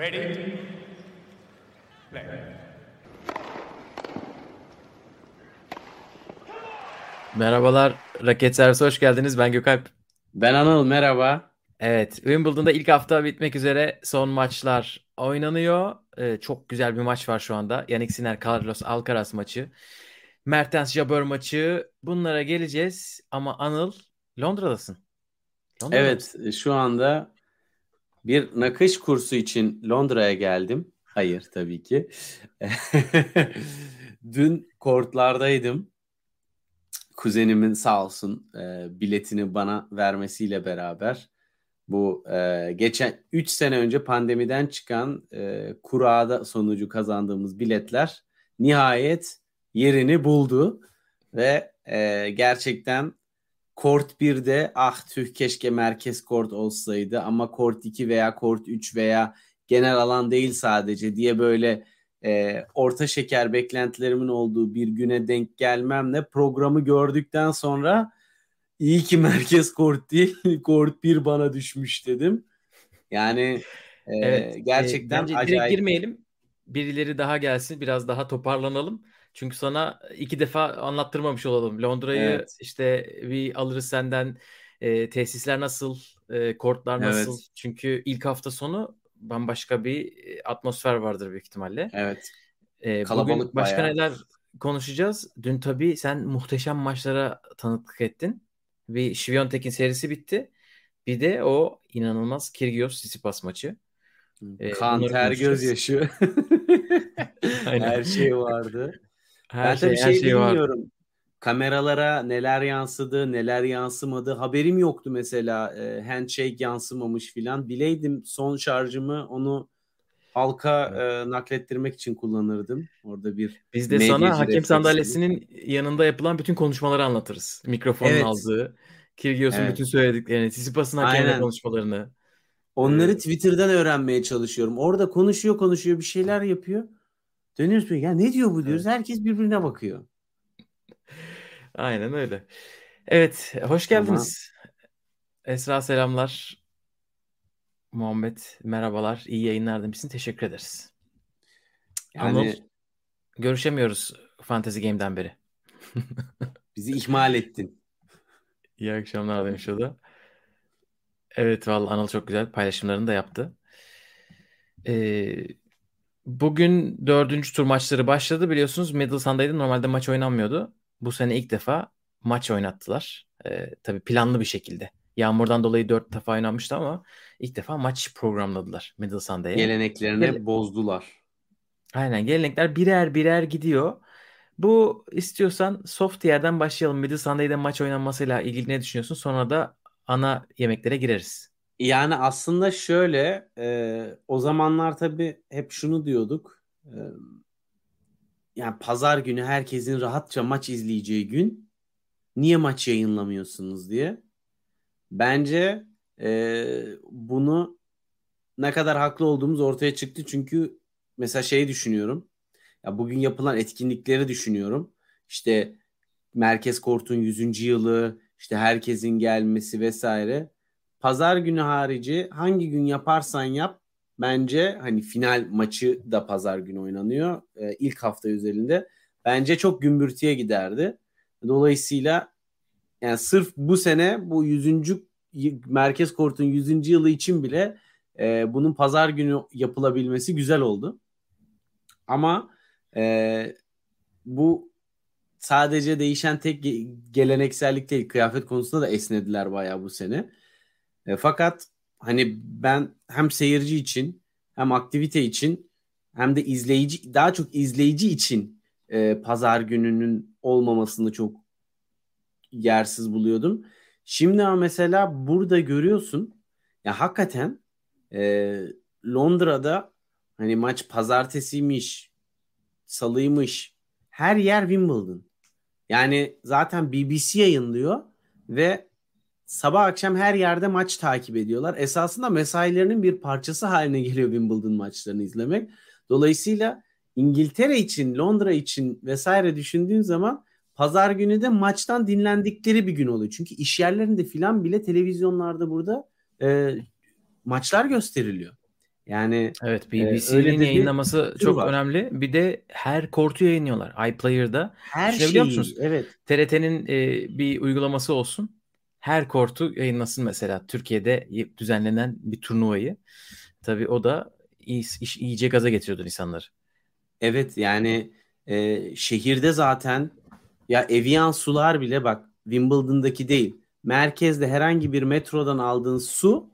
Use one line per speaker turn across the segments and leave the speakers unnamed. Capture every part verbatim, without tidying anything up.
Ready? Play.
Merhabalar, Raket Servisi hoş geldiniz. Ben Gökalp.
Ben Anıl, merhaba.
Evet, Wimbledon'da ilk hafta bitmek üzere son maçlar oynanıyor. Ee, çok güzel bir maç var şu anda. Jannik Sinner, Carlos Alcaraz maçı. Mertens Jabeur maçı. Bunlara geleceğiz. Ama Anıl, Londra'dasın. Londra'da
Evet,
mısın?
şu anda bir nakış kursu için Londra'ya geldim. Hayır, tabii ki. Dün kortlardaydım. Kuzenimin sağ olsun e, biletini bana vermesiyle beraber bu e, geçen üç sene önce pandemiden çıkan e, kurada sonucu kazandığımız biletler nihayet yerini buldu ve e, gerçekten Kort birde ah tüh keşke merkez kort olsaydı ama kort iki veya kort üç veya genel alan değil sadece diye böyle e, orta şeker beklentilerimin olduğu bir güne denk gelmemle programı gördükten sonra iyi ki merkez kort değil kort bir bana düşmüş dedim. Yani
Evet,
e,
e,
gerçekten
bence direkt
acayip.
girmeyelim. Birileri daha gelsin, biraz daha toparlanalım. Çünkü sana iki defa anlattırmamış olalım. Londra'yı
Evet,
işte bir alırız senden. E, tesisler nasıl, e, kortlar nasıl?
evet,
Çünkü ilk hafta sonu bambaşka bir e, atmosfer vardır büyük ihtimalle.
evet.
E, bugün
Kalabalık
başka
bayağı.
neler konuşacağız? Dün tabii sen muhteşem maçlara tanıklık ettin. Bir Świątek'in serisi bitti. Bir de o inanılmaz Kyrgios-Tsitsipas maçı. E,
Kan,
bunları
ter,
konuşacağız.
gözyaşı.
Aynen.
Her şey vardı.
Her
Ben
şey
tabii
her
şey
şey vardı.
bilmiyorum. Kameralara neler yansıdı, neler yansımadı. Haberim yoktu mesela. E, handshake yansımamış filan. Bileydim son şarjımı onu halka
Evet.
e, naklettirmek için kullanırdım. Orada bir
Biz de sana
medyacı
hakem
refleksiyle.
sandalyesinin yanında yapılan bütün konuşmaları anlatırız. Mikrofonun
Evet,
aldığı, Kyrgios'un bütün
evet.
söylediklerini, Tsitsipas'ın hakemle
Aynen.
konuşmalarını. Ee,
Onları Twitter'dan öğrenmeye çalışıyorum. Orada konuşuyor konuşuyor bir şeyler yapıyor. Dönüyoruz böyle, ya ne diyor bu diyoruz.
evet.
Herkes birbirine bakıyor.
Aynen öyle. Evet, hoş
Ama
geldiniz. Esra selamlar. Muhammed merhabalar. İyi yayınlar demişsin. Teşekkür ederiz. Anıl,
yani
görüşemiyoruz Fantasy Game'den beri.
bizi ihmal ettin.
İyi akşamlar demiş o da. Evet, vallahi Anıl çok güzel paylaşımlarını da yaptı. Ee, Bugün dördüncü tur maçları başladı. Biliyorsunuz Middle Sunday'da normalde maç oynanmıyordu. Bu sene ilk defa maç oynattılar. Ee, tabii planlı bir şekilde. Yağmurdan dolayı dört defa oynanmıştı ama ilk defa maç programladılar Middle Sunday'e. Gele-
Geleneklerini bozdular.
Aynen, gelenekler birer birer gidiyor. Bu istiyorsan soft yerden başlayalım. Middle Sunday'de maç oynanmasıyla ilgili ne düşünüyorsun? Sonra da ana yemeklere gireriz.
Yani aslında şöyle e, o zamanlar tabii hep şunu diyorduk. E, yani pazar günü herkesin rahatça maç izleyeceği gün niye maç yayınlamıyorsunuz diye. Bence e, bunu ne kadar haklı olduğumuz ortaya çıktı. Çünkü mesela şeyi düşünüyorum. Ya bugün yapılan etkinlikleri düşünüyorum. İşte Merkez Kort'un yüzüncü yılı, işte herkesin gelmesi vesaire. Pazar günü harici hangi gün yaparsan yap bence hani final maçı da pazar günü oynanıyor. Ee, ilk hafta özelinde. Bence çok gümbürtüye giderdi. Dolayısıyla yani sırf bu sene bu yüzüncü y- Merkez Kort'un yüzüncü yılı için bile e, bunun pazar günü yapılabilmesi güzel oldu. Ama e, bu sadece değişen tek ge- geleneksellik değil. Kıyafet konusunda da esnediler bayağı bu sene. E, fakat hani ben hem seyirci için hem aktivite için hem de izleyici daha çok izleyici için e, pazar gününün olmamasını çok yersiz buluyordum. Şimdi ama mesela burada görüyorsun ya hakikaten e, Londra'da hani maç pazartesiymiş, salıymış. Her yer Wimbledon. Yani zaten B B C yayınlıyor ve sabah akşam her yerde maç takip ediyorlar. Esasında mesailerinin bir parçası haline geliyor Wimbledon maçlarını izlemek. Dolayısıyla İngiltere için, Londra için vesaire düşündüğün zaman pazar günü de maçtan dinlendikleri bir gün oluyor. Çünkü iş yerlerinde filan bile televizyonlarda burada e, maçlar gösteriliyor. Yani
Evet,
e, öyle
B B C'nin
de bir
yayınlaması
kültür
çok
var.
önemli. Bir de her kortu yayınlıyorlar. iPlayer'da.
Her
Düşünebiliyor
şeyi,
musunuz?
evet.
T R T'nin e, bir uygulaması olsun. Her kortu yayınlasın mesela. Türkiye'de y- düzenlenen bir turnuvayı. Tabii o da iy- iş, iyice gaza getiriyordur insanları.
Evet yani e, şehirde zaten ya Evian sular bile bak Wimbledon'daki değil. Merkezde herhangi bir metrodan aldığın su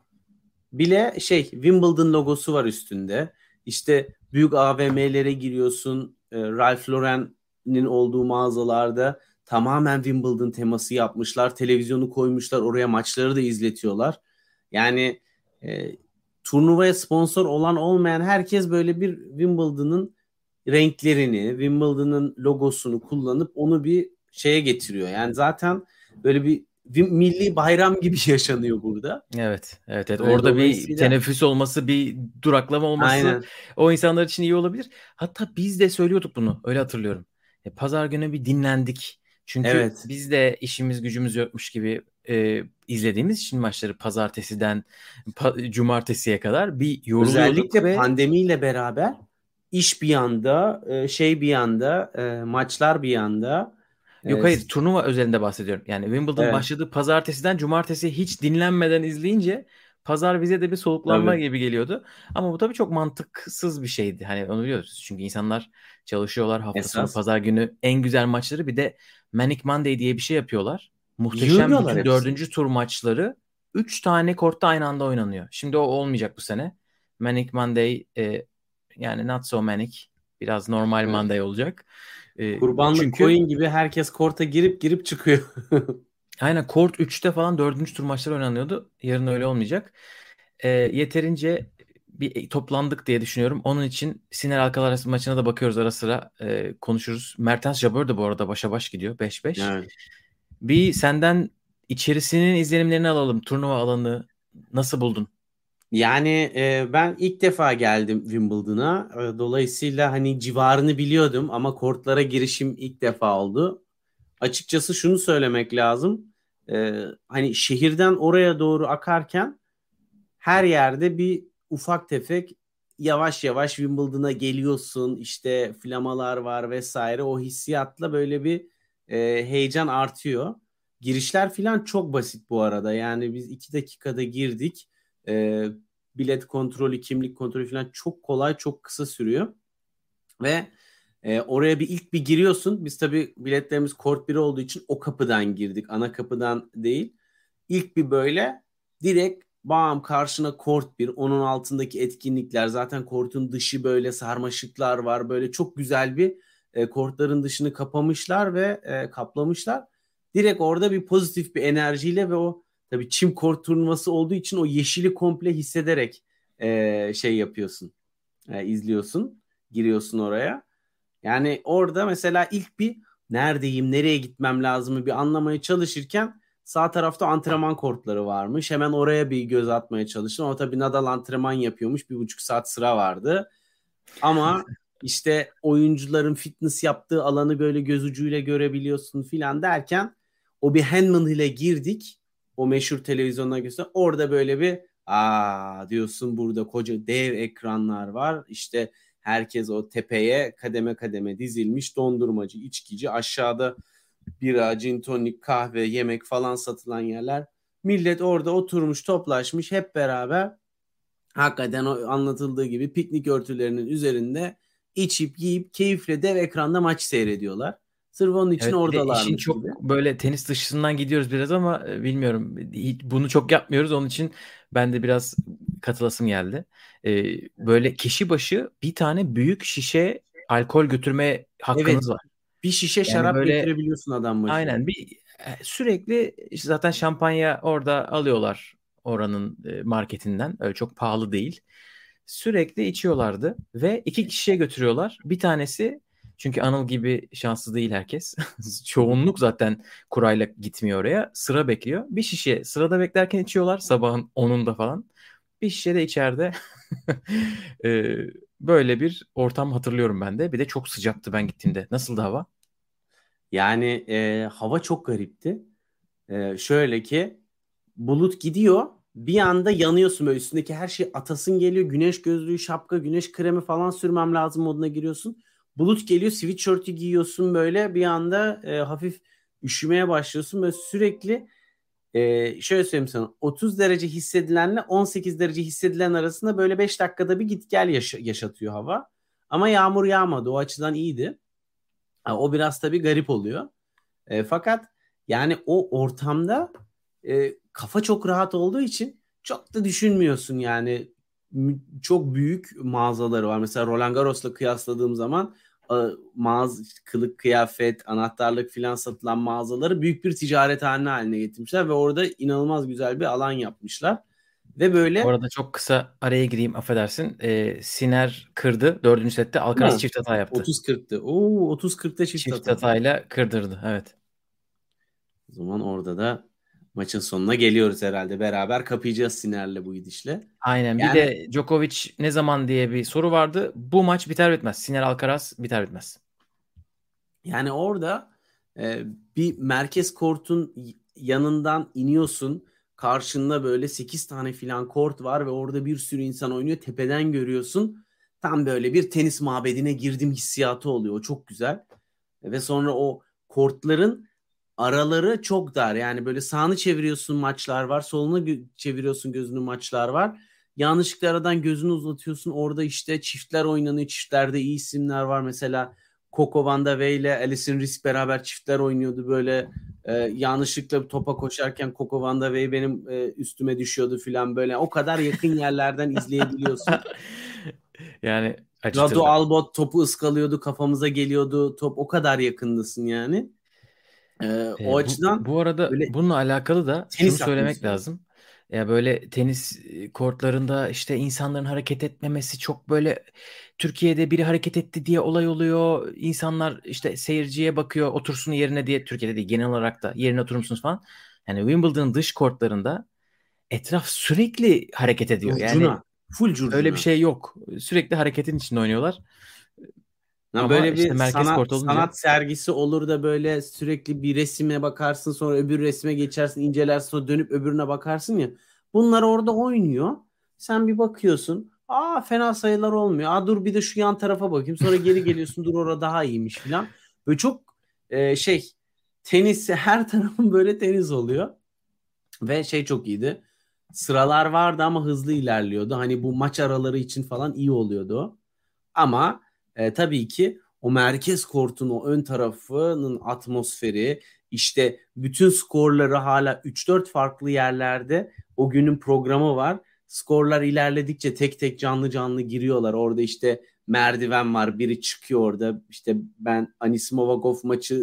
bile şey Wimbledon logosu var üstünde. İşte büyük A V M'lere giriyorsun. E, Ralph Lauren'in olduğu mağazalarda tamamen Wimbledon teması yapmışlar. Televizyonu koymuşlar. Oraya maçları da izletiyorlar. Yani e, turnuvaya sponsor olan olmayan herkes böyle bir Wimbledon'ın renklerini, Wimbledon'ın logosunu kullanıp onu bir şeye getiriyor. Yani zaten böyle bir Wim- milli bayram gibi yaşanıyor burada.
Evet, evet, evet.
Hani
Orada bir
dolayısıyla
teneffüs olması, bir duraklama olması
aynen.
o insanlar için iyi olabilir. Hatta biz de söylüyorduk bunu. Öyle hatırlıyorum. E, Pazar günü bir dinlendik. Çünkü
Evet.
biz de işimiz gücümüz yokmuş gibi e, izlediğimiz için maçları pazartesiden pa- cumartesiye kadar bir yoruluyorduk
Özellikle
ve
pandemiyle beraber iş bir yanda, e, şey bir yanda, e, maçlar bir yanda.
yok,
E,
hayır, turnuva özelinde bahsediyorum. Yani Wimbledon
Evet,
başladığı pazartesiden cumartesi hiç dinlenmeden izleyince pazar bize de bir soluklanma
tabii.
gibi geliyordu. Ama bu tabii çok mantıksız bir şeydi. Hani onu biliyoruz. Çünkü insanlar çalışıyorlar hafta sonu,
Esas
pazar günü en güzel maçları, bir de Manic Monday diye bir şey yapıyorlar. Muhteşem
yığıyorlar
bütün
hepsini.
dördüncü tur maçları üç tane kortta aynı anda oynanıyor. Şimdi o olmayacak bu sene. Manic Monday e, yani not so manic, biraz normal
Evet.
Monday olacak. E,
Kurbanlık
çünkü
koyun gibi herkes korta girip girip çıkıyor.
aynen, Kort üçte falan dördüncü tur maçları oynanıyordu. Yarın öyle olmayacak. Ee, yeterince bir toplandık diye düşünüyorum. Onun için Sinner Alcaraz maçına da bakıyoruz ara sıra. Ee, konuşuruz. Mertens Jabeur de bu arada başa baş gidiyor. beş beş.
Evet.
Bir senden içerisinin izlenimlerini alalım. Turnuva alanı nasıl buldun?
Yani e, ben ilk defa geldim Wimbledon'a. E, dolayısıyla hani civarını biliyordum ama kortlara girişim ilk defa oldu. Açıkçası şunu söylemek lazım. E, hani şehirden oraya doğru akarken her yerde bir ufak tefek yavaş yavaş Wimbledon'a geliyorsun. İşte flamalar var vesaire. O hissiyatla böyle bir e, heyecan artıyor. Girişler falan çok basit bu arada. Yani biz iki dakikada girdik. E, Bilet kontrolü, kimlik kontrolü falan çok kolay, çok kısa sürüyor. Ve e, oraya bir ilk bir giriyorsun. Biz tabii biletlerimiz kort biri olduğu için o kapıdan girdik. Ana kapıdan değil. İlk bir böyle direkt bam karşına kort bir. Onun altındaki etkinlikler. Zaten kortun dışı böyle sarmaşıklar var. Böyle çok güzel bir e, kortların dışını kapamışlar ve e, kaplamışlar. Direkt orada bir pozitif bir enerjiyle ve o tabii çim kort turnuvası olduğu için o yeşili komple hissederek e, şey yapıyorsun. E, izliyorsun. Giriyorsun oraya. Yani orada mesela ilk bir neredeyim, nereye gitmem lazımı bir anlamaya çalışırken sağ tarafta antrenman kortları varmış. Hemen oraya bir göz atmaya çalıştım. Ama tabii Nadal antrenman yapıyormuş. Bir buçuk saat sıra vardı. Ama işte oyuncuların fitness yaptığı alanı böyle göz ucuyla görebiliyorsun filan derken o bir Henman ile girdik. O meşhur televizyona göster. Orada böyle bir aa diyorsun, burada koca dev ekranlar var. İşte herkes o tepeye kademe kademe dizilmiş, dondurmacı, içkici, aşağıda bira, gin tonik, kahve, yemek falan satılan yerler. Millet orada oturmuş, toplaşmış hep beraber. Hakikaten o anlatıldığı gibi piknik örtülerinin üzerinde içip yiyip keyifle dev ekranda maç seyrediyorlar. Sırf onun için
Evet, bir de işin
oradalarmış gibi.
çok böyle tenis dışından gidiyoruz biraz ama e, bilmiyorum. Hiç- Bunu çok yapmıyoruz. Onun için ben de biraz katılasım geldi. Ee, böyle kişi başı bir tane büyük şişe alkol götürme
Evet,
hakkınız var.
bir şişe
Yani
şarap
böyle
götürebiliyorsun adam başı.
aynen bir e, sürekli işte zaten şampanya orada alıyorlar oranın e, marketinden. Öyle çok pahalı değil. Sürekli içiyorlardı ve iki kişiye götürüyorlar. Bir tanesi, çünkü Anıl gibi şanslı değil herkes.
Hı hı.
Çoğunluk zaten kurayla gitmiyor oraya. Sıra bekliyor. Bir şişe sırada beklerken içiyorlar sabahın onunda falan. Bir şişe de içeride. E, Böyle bir ortam hatırlıyorum ben de. Bir de çok sıcaktı ben gittiğimde. Nasıldı hava?
Yani e, hava çok garipti. E, şöyle ki bulut gidiyor bir anda yanıyorsun, böyle üstündeki her şey atasın geliyor. Güneş gözlüğü, şapka, güneş kremi falan sürmem lazım moduna giriyorsun. Bulut geliyor, sweatshirt'ü giyiyorsun, böyle bir anda e, hafif üşümeye başlıyorsun. Böyle sürekli e, şöyle söyleyeyim sana, otuz derece hissedilenle on sekiz derece hissedilen arasında böyle beş dakikada bir git gel yaşa- yaşatıyor hava. Ama yağmur yağmadı, o açıdan iyiydi. Ha, o biraz tabii garip oluyor. E, fakat yani o ortamda e, kafa çok rahat olduğu için çok da düşünmüyorsun yani. Mü- çok büyük mağazaları var. Mesela Roland Garros'la kıyasladığım zaman e, mağaz, kılık kıyafet, anahtarlık filan satılan mağazaları büyük bir ticarethane haline getirmişler ve orada inanılmaz güzel bir alan yapmışlar. Ve
Bu
böyle
arada çok kısa araya gireyim, affedersin. Ee, Sinner kırdı. Dördüncü sette Alcaraz
Hı,
çift hata yaptı.
otuz kırktı. Oo, otuz kırkta çift
Çift
hata.
hatayla kırdırdı. Evet.
O zaman orada da maçın sonuna geliyoruz herhalde. Beraber kapayacağız Siner'le bu gidişle.
Aynen. Bir
Yani
de Djokovic ne zaman diye bir soru vardı. Bu maç biter bitmez. Sinner Alcaraz biter bitmez.
yani orada e, bir merkez kortun y- yanından iniyorsun. Karşında böyle sekiz tane filan kort var ve orada bir sürü insan oynuyor. Tepeden görüyorsun. Tam böyle bir tenis mabedine girdim hissiyatı oluyor. O çok güzel. Ve sonra o kortların araları çok dar. Yani böyle sağını çeviriyorsun, maçlar var. Solunu gö- çeviriyorsun, gözünü, maçlar var. Yanlışlıkla aradan gözünü uzatıyorsun. Orada işte çiftler oynanıyor. Çiftlerde iyi isimler var. Mesela Coco Vandeweghe ile Alison Risk beraber çiftler oynuyordu. Böyle e, yanlışlıkla topa koşarken Coco Vandeweghe benim e, üstüme düşüyordu filan böyle. O kadar yakın yerlerden izleyebiliyorsun.
Yani
Radu
acıtırdı.
Albot topu ıskalıyordu, kafamıza geliyordu. Top, o kadar yakındasın yani. Ee, o
E, bu
açıdan
bu arada
böyle
bununla alakalı da şunu
tenis
söylemek
atmosferi.
lazım. Ya böyle tenis e, kortlarında işte insanların hareket etmemesi çok böyle, Türkiye'de biri hareket etti diye olay oluyor. İnsanlar işte seyirciye bakıyor, otursun yerine diye, Türkiye'de değil genel olarak da yerine oturur musunuz falan. Yani Wimbledon dış kortlarında etraf sürekli hareket ediyor. Yani
Curcuna. Full
öyle bir
curcuna.
şey yok. Sürekli hareketin içinde oynuyorlar.
Yani
Ama
böyle
işte
bir
merkez
sanat
kort olunca
sanat sergisi olur da böyle sürekli bir resime bakarsın, sonra öbür resme geçersin, incelersin, sonra dönüp öbürüne bakarsın ya. Bunlar orada oynuyor. Sen bir bakıyorsun. Aa, fena sayılar olmuyor. Aa, dur bir de şu yan tarafa bakayım. Sonra geri geliyorsun. Dur, orada daha iyiymiş filan. Böyle çok e, şey, tenis, her tarafın böyle tenis oluyor. Ve şey çok iyiydi. Sıralar vardı ama hızlı ilerliyordu. Hani bu maç araları için falan iyi oluyordu o. Ama e, tabii ki o merkez kortun o ön tarafının atmosferi, işte bütün skorları hala üç dört farklı yerlerde o günün programı var. Skorlar ilerledikçe tek tek canlı canlı giriyorlar. Orada işte merdiven var. Biri çıkıyor orada. İşte ben Anisimova Goff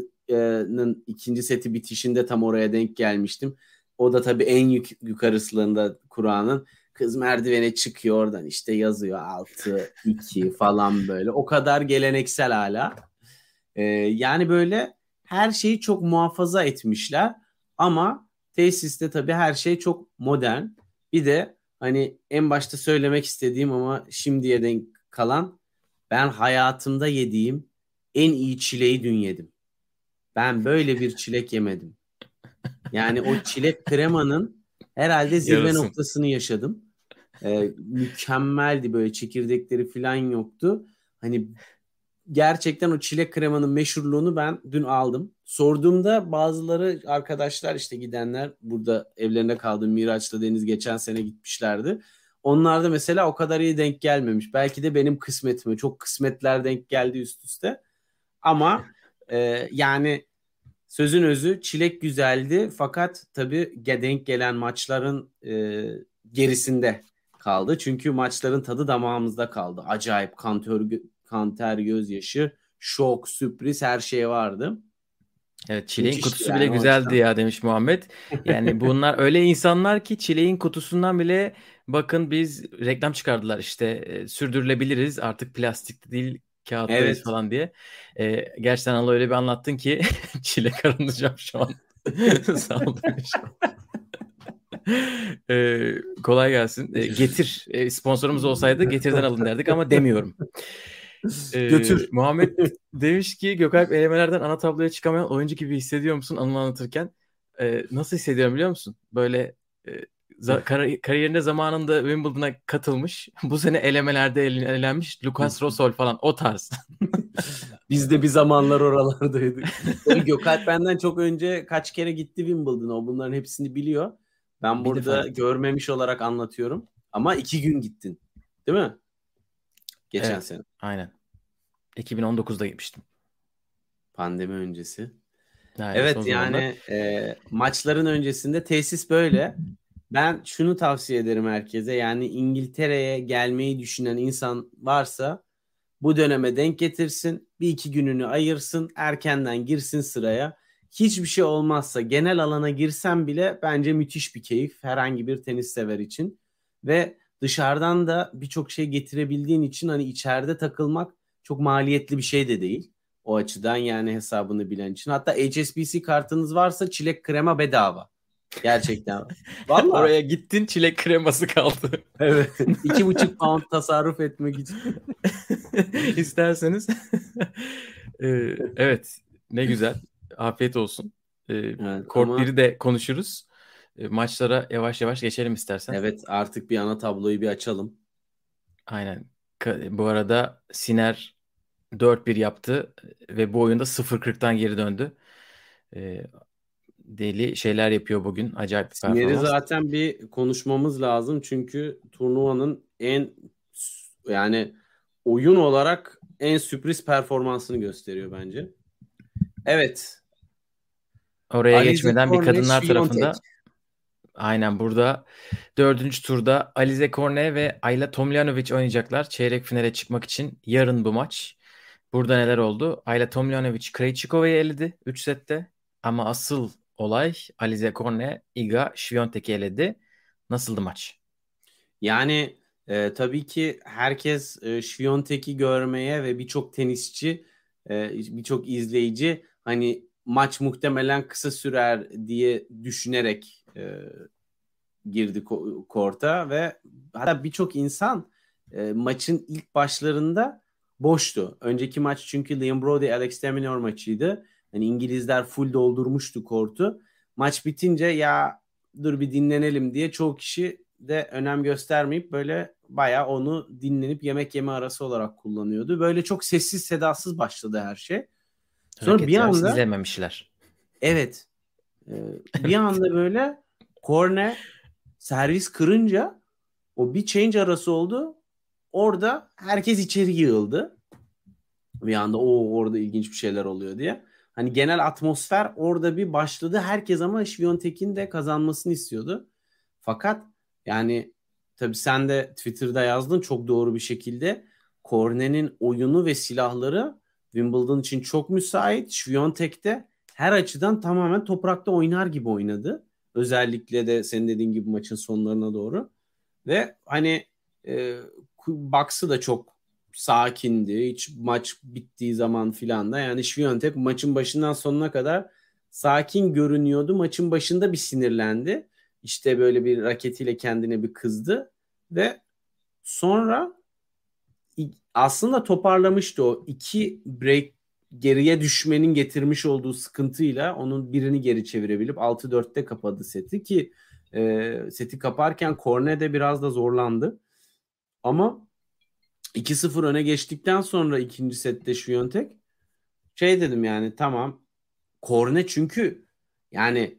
maçının ikinci seti bitişinde tam oraya denk gelmiştim. O da tabii en yuk- yukarısında Kur'an'ın. Kız merdivene çıkıyor, oradan işte yazıyor altı iki falan böyle. O kadar geleneksel hala. Ee, yani böyle her şeyi çok muhafaza etmişler. Ama tesiste tabii her şey çok modern. Bir de hani en başta söylemek istediğim ama şimdiye denk kalan, ben hayatımda yediğim en iyi çileği dün yedim. Ben böyle bir çilek yemedim. Yani o çilek kremanın herhalde zirve
yarasın.
noktasını yaşadım. Ee, mükemmeldi, böyle çekirdekleri falan yoktu. Hani gerçekten o çilek kremanın meşhurluğunu ben dün aldım. Sorduğumda bazıları arkadaşlar, işte gidenler, burada evlerinde kaldığım Miraç'la Deniz geçen sene gitmişlerdi. Onlar da mesela o kadar iyi denk gelmemiş. Belki de benim kısmetime çok kısmetler denk geldi üst üste. Ama e, yani sözün özü, çilek güzeldi fakat tabii ge- denk gelen maçların e, gerisinde kaldı. Çünkü maçların tadı damağımızda kaldı. Acayip kantör, gö- kanter, gözyaşı, şok, sürpriz, her şey vardı.
Evet, çileğin
Müthişti
kutusu bile
yani o
güzeldi
açıdan.
ya demiş Muhammed. Yani bunlar öyle insanlar ki çileğin kutusundan bile, bakın biz reklam çıkardılar işte, e, sürdürülebiliriz artık, plastik değil kağıttayız
Evet.
falan diye. E, gerçekten Allah öyle bir anlattın ki çilek arınacağım şu an. Sağ ol demiş. E, kolay gelsin. E, getir. E, sponsorumuz olsaydı getirden alın derdik ama demiyorum. E,
Götür.
Muhammed demiş ki Gökalp, elemelerden ana tabloya çıkamayan oyuncu gibi hissediyor musun Anıl anlatırken? E, nasıl hissediyorum biliyor musun? Böyle e, za- kar- kariyerinde zamanında Wimbledon'a katılmış. Bu sene elemelerde elen- elenmiş Lucas Rosol falan o tarz.
Biz de bir zamanlar oralardaydık. Tabii Gökalp benden çok önce kaç kere gitti Wimbledon'a. O bunların hepsini biliyor. Ben
Bir defa
burada
gitti.
görmemiş olarak anlatıyorum. Ama iki gün gittin. Değil mi? Geçen
Evet,
sene.
aynen. iki bin on dokuzda gitmiştim.
Pandemi öncesi.
Neredeyse o
Evet
zamanlar.
yani e, maçların öncesinde tesis böyle. Ben şunu tavsiye ederim herkese. Yani İngiltere'ye gelmeyi düşünen insan varsa bu döneme denk getirsin. Bir iki gününü ayırsın. Erkenden girsin sıraya. Hiçbir şey olmazsa genel alana girsen bile bence müthiş bir keyif. Herhangi bir tenis sever için. Ve dışarıdan da birçok şey getirebildiğin için hani içeride takılmak çok maliyetli bir şey de değil. O açıdan yani hesabını bilen için. Hatta H S B C kartınız varsa çilek krema bedava. Gerçekten. Valla.
Oraya gittin, çilek kreması kaldı.
Evet. İki buçuk pound tasarruf etmek için.
İsterseniz. Ee, evet. Ne güzel. Afiyet olsun. Ee,
Evet,
Kort
ama
biri de konuşuruz. Ee, maçlara yavaş yavaş geçelim istersen.
evet artık bir ana tabloyu bir açalım.
Aynen. Ka- Bu arada Sinner dört bir yaptı ve bu oyunda sıfır kırktan geri döndü. Ee, Deli şeyler yapıyor bugün. Acayip bir
Sinir'i
performans.
zaten bir konuşmamız lazım çünkü turnuvanın en yani oyun olarak en sürpriz performansını gösteriyor bence. Evet.
Oraya
Alize
geçmeden bir
Cornet,
kadınlar
Swiatek.
tarafında aynen burada dördüncü turda Alize Cornet ve Ayla Tomljanovic oynayacaklar. Çeyrek finale çıkmak için yarın bu maç. Burada neler oldu? Ayla Tomljanovic Krejcikova'yı eledi üç sette. Ama asıl olay Alize Cornet Iga Świątek'i eledi. Nasıldı maç?
Yani e, tabii ki herkes e, Świątek'i görmeye ve birçok tenisçi, e, birçok izleyici hani maç muhtemelen kısa sürer diye düşünerek e, girdi ko- korta ve hatta birçok insan e, maçın ilk başlarında boştu. Önceki maç çünkü Liam Brody Alex de Minaur maçıydı. Hani İngilizler full doldurmuştu kortu. Maç bitince ya dur bir dinlenelim diye çoğu kişi de önem göstermeyip böyle bayağı onu dinlenip yemek yeme arası olarak kullanıyordu. Böyle çok sessiz sedasız başladı her şey. Sonra
Hareket
bir
servis
anda
izlememişler.
evet e, bir
Evet.
anda böyle korne servis kırınca o bir change arası oldu. Orada herkes içeri yığıldı. Bir anda o orada ilginç bir şeyler oluyor diye. Hani genel atmosfer orada bir başladı. Herkes ama Świątek'in de kazanmasını istiyordu. Fakat yani tabii sen de Twitter'da yazdın çok doğru bir şekilde. Korne'nin oyunu ve silahları Wimbledon için çok müsait. Świątek de her açıdan tamamen toprakta oynar gibi oynadı. Özellikle de senin dediğin gibi maçın sonlarına doğru. Ve hani e, Bucks'ı da çok sakindi. Hiç maç bittiği zaman filan da yani Świątek maçın başından sonuna kadar sakin görünüyordu. Maçın başında bir sinirlendi. İşte böyle bir raketiyle kendine bir kızdı ve sonra aslında toparlamıştı o iki break geriye düşmenin getirmiş olduğu sıkıntıyla onun birini geri çevirebilip altı dörtte kapadı seti ki e, seti kaparken korne de biraz da zorlandı. Ama iki sıfır öne geçtikten sonra ikinci sette Świątek şey dedim yani tamam korne çünkü yani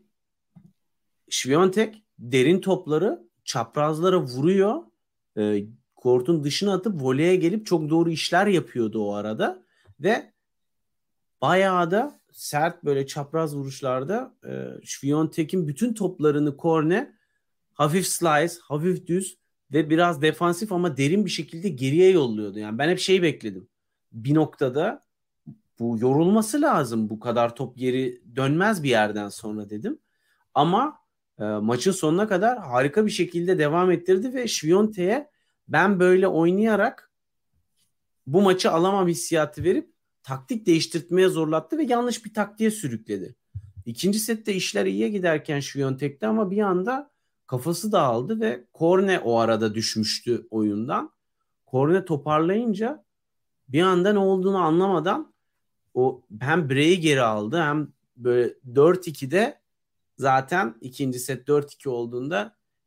Świątek derin topları çaprazlara vuruyor. E, kortun dışına atıp voleye gelip çok doğru işler yapıyordu o arada ve bayağı da sert böyle çapraz vuruşlarda e, Świątek'in bütün toplarını korne hafif slice, hafif düz ve biraz defansif ama derin bir şekilde geriye yolluyordu. Yani ben hep şeyi bekledim. Bir noktada bu yorulması lazım. Bu kadar top geri dönmez bir yerden sonra dedim. Ama e, maçın sonuna kadar harika bir şekilde devam ettirdi ve Świątek'e ben böyle oynayarak bu maçı alamam hissiyatı verip taktik değiştirtmeye zorlattı ve yanlış bir taktiğe sürükledi. İkinci sette işler iyiye giderken Świątek'te ama bir anda kafası dağıldı ve Korne o arada düşmüştü oyundan. Korne toparlayınca bir anda ne olduğunu anlamadan o hem break'i geri aldı hem böyle dört ikide zaten ikinci set dört iki olduğunda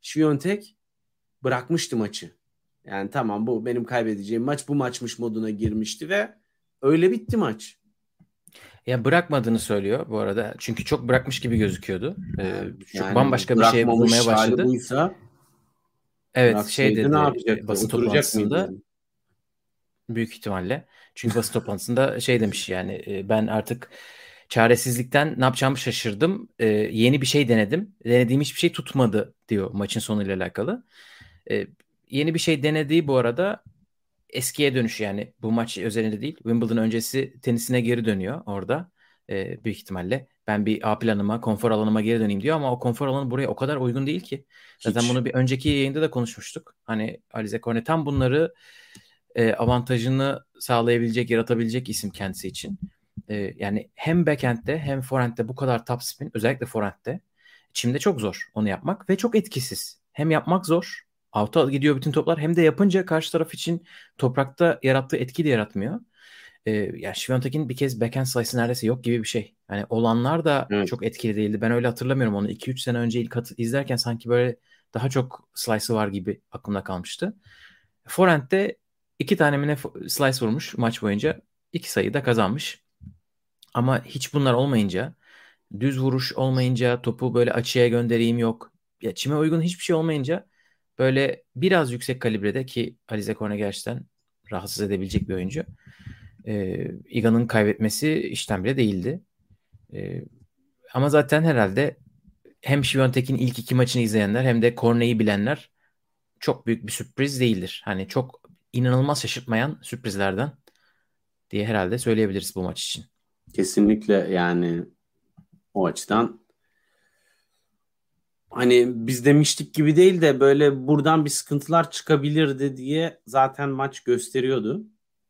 Świątek bırakmıştı maçı. Yani tamam, bu benim kaybedeceğim maç, bu maçmış moduna girmişti ve öyle bitti maç.
Ya bırakmadığını söylüyor bu arada. Çünkü çok bırakmış gibi gözüküyordu. Ee,
Yani,
çok
yani
bambaşka bir şeye vurmaya
bırakmamış hali
başladı.
buysa
Evet, şey
bıraksaydı ne
dedi e,
yapacaktı?
basın
Oturacak mıydı
toplantısında
yani?
büyük ihtimalle. Çünkü basın toplantısında şey demiş yani e, ben artık çaresizlikten ne yapacağımı şaşırdım. E, yeni bir şey denedim. Denediğim hiçbir şey tutmadı diyor maçın sonuyla alakalı. E, Yeni bir şey denediği bu arada eskiye dönüş, yani bu maç özelinde değil. Wimbledon öncesi tenisine geri dönüyor orada. Ee, büyük ihtimalle. Ben bir A planıma, konfor alanıma geri döneyim diyor ama o konfor alanı buraya o kadar uygun değil ki. Zaten
Hiç.
bunu bir önceki yayında da konuşmuştuk. Hani Alize Cornet tam bunları e, avantajını sağlayabilecek, yaratabilecek isim kendisi için. E, yani hem backhand'de hem forehand'de bu kadar top spin, özellikle forehand'de çimde çok zor onu yapmak ve çok etkisiz. Hem yapmak zor, out'a gidiyor bütün toplar, hem de yapınca karşı taraf için toprakta yarattığı etki de yaratmıyor. E, ya Świątek'in bir kez backhand slice'ı neredeyse yok gibi bir şey. Yani olanlar da
Evet.
çok etkili değildi. Ben öyle hatırlamıyorum onu. iki üç sene önce ilk at- izlerken sanki böyle daha çok slice'ı var gibi aklımda kalmıştı. Forehand'de iki tane mi ne fo- slice vurmuş maç boyunca. İki sayı da kazanmış. Ama hiç bunlar olmayınca, düz vuruş olmayınca, topu böyle açıya göndereyim yok. Ya çime uygun hiçbir şey olmayınca böyle biraz yüksek kalibrede, ki Alize Cornet gerçekten rahatsız edebilecek bir oyuncu. Ee, Iga'nın kaybetmesi işten bile değildi. Ee, Ama zaten herhalde hem Świątek'in ilk iki maçını izleyenler hem de Cornet'i bilenler çok büyük bir sürpriz değildir. Hani çok inanılmaz şaşırtmayan sürprizlerden diye herhalde söyleyebiliriz bu maç için.
Kesinlikle, yani o açıdan hani biz demiştik gibi değil de böyle buradan bir sıkıntılar çıkabilirdi diye zaten maç gösteriyordu.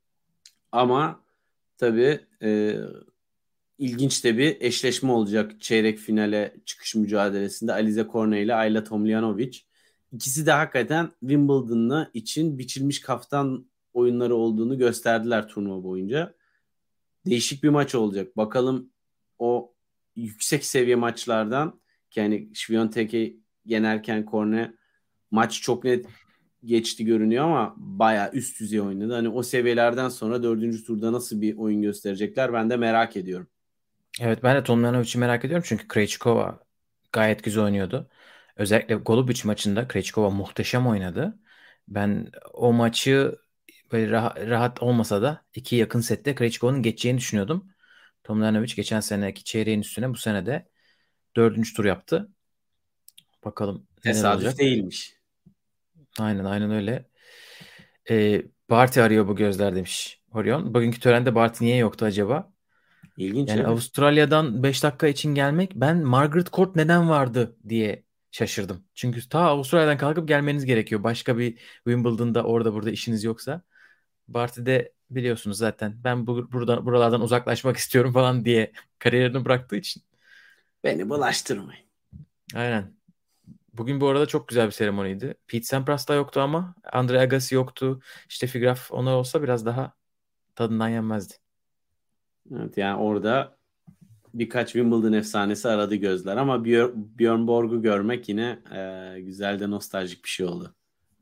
Ama tabii e, ilginç de bir eşleşme olacak çeyrek finale çıkış mücadelesinde Alize Cornet ile Ayla Tomljanovic. İkisi de hakikaten Wimbledon'la için biçilmiş kaftan oyunları olduğunu gösterdiler turnuva boyunca. Değişik bir maç olacak. Bakalım o yüksek seviye maçlardan, ki hani Świątek'i yenerken Cornet maç çok net geçti görünüyor ama bayağı üst düzey oynadı. Hani o seviyelerden sonra dördüncü turda nasıl bir oyun gösterecekler, ben de merak ediyorum.
Evet, ben de Tomljanovic'i merak ediyorum çünkü Krejcikova gayet güzel oynuyordu. Özellikle Golubic maçında Krejcikova muhteşem oynadı. Ben o maçı böyle rah- rahat olmasa da iki yakın sette Krejcikova'nın geçeceğini düşünüyordum. Tomljanovic geçen seneki çeyreğin üstüne bu sene de dördüncü tur yaptı. Bakalım neler
Tesadüf
olacak.
değilmiş.
Aynen aynen öyle. Ee, Barty arıyor bu gözler demiş Orion. Bugünkü törende Barty niye yoktu acaba?
İlginç,
Yani
evet.
Avustralya'dan beş dakika için gelmek, ben Margaret Court neden vardı diye şaşırdım. Çünkü ta Avustralya'dan kalkıp gelmeniz gerekiyor. Başka bir Wimbledon'da orada burada işiniz yoksa. Barty'de biliyorsunuz zaten ben bu, burada, buralardan uzaklaşmak istiyorum falan diye kariyerini bıraktığı için.
Beni bulaştırmayın.
Aynen. Bugün bu arada çok güzel bir seremoniydi. Pete Sampras da yoktu ama Andre Agassi yoktu. Steffi Graf, onlar olsa biraz daha tadından yenmezdi.
Evet, yani orada birkaç Wimbledon efsanesi aradı gözler ama Björ- Björn Borg'u görmek yine e, güzel de nostaljik bir şey oldu.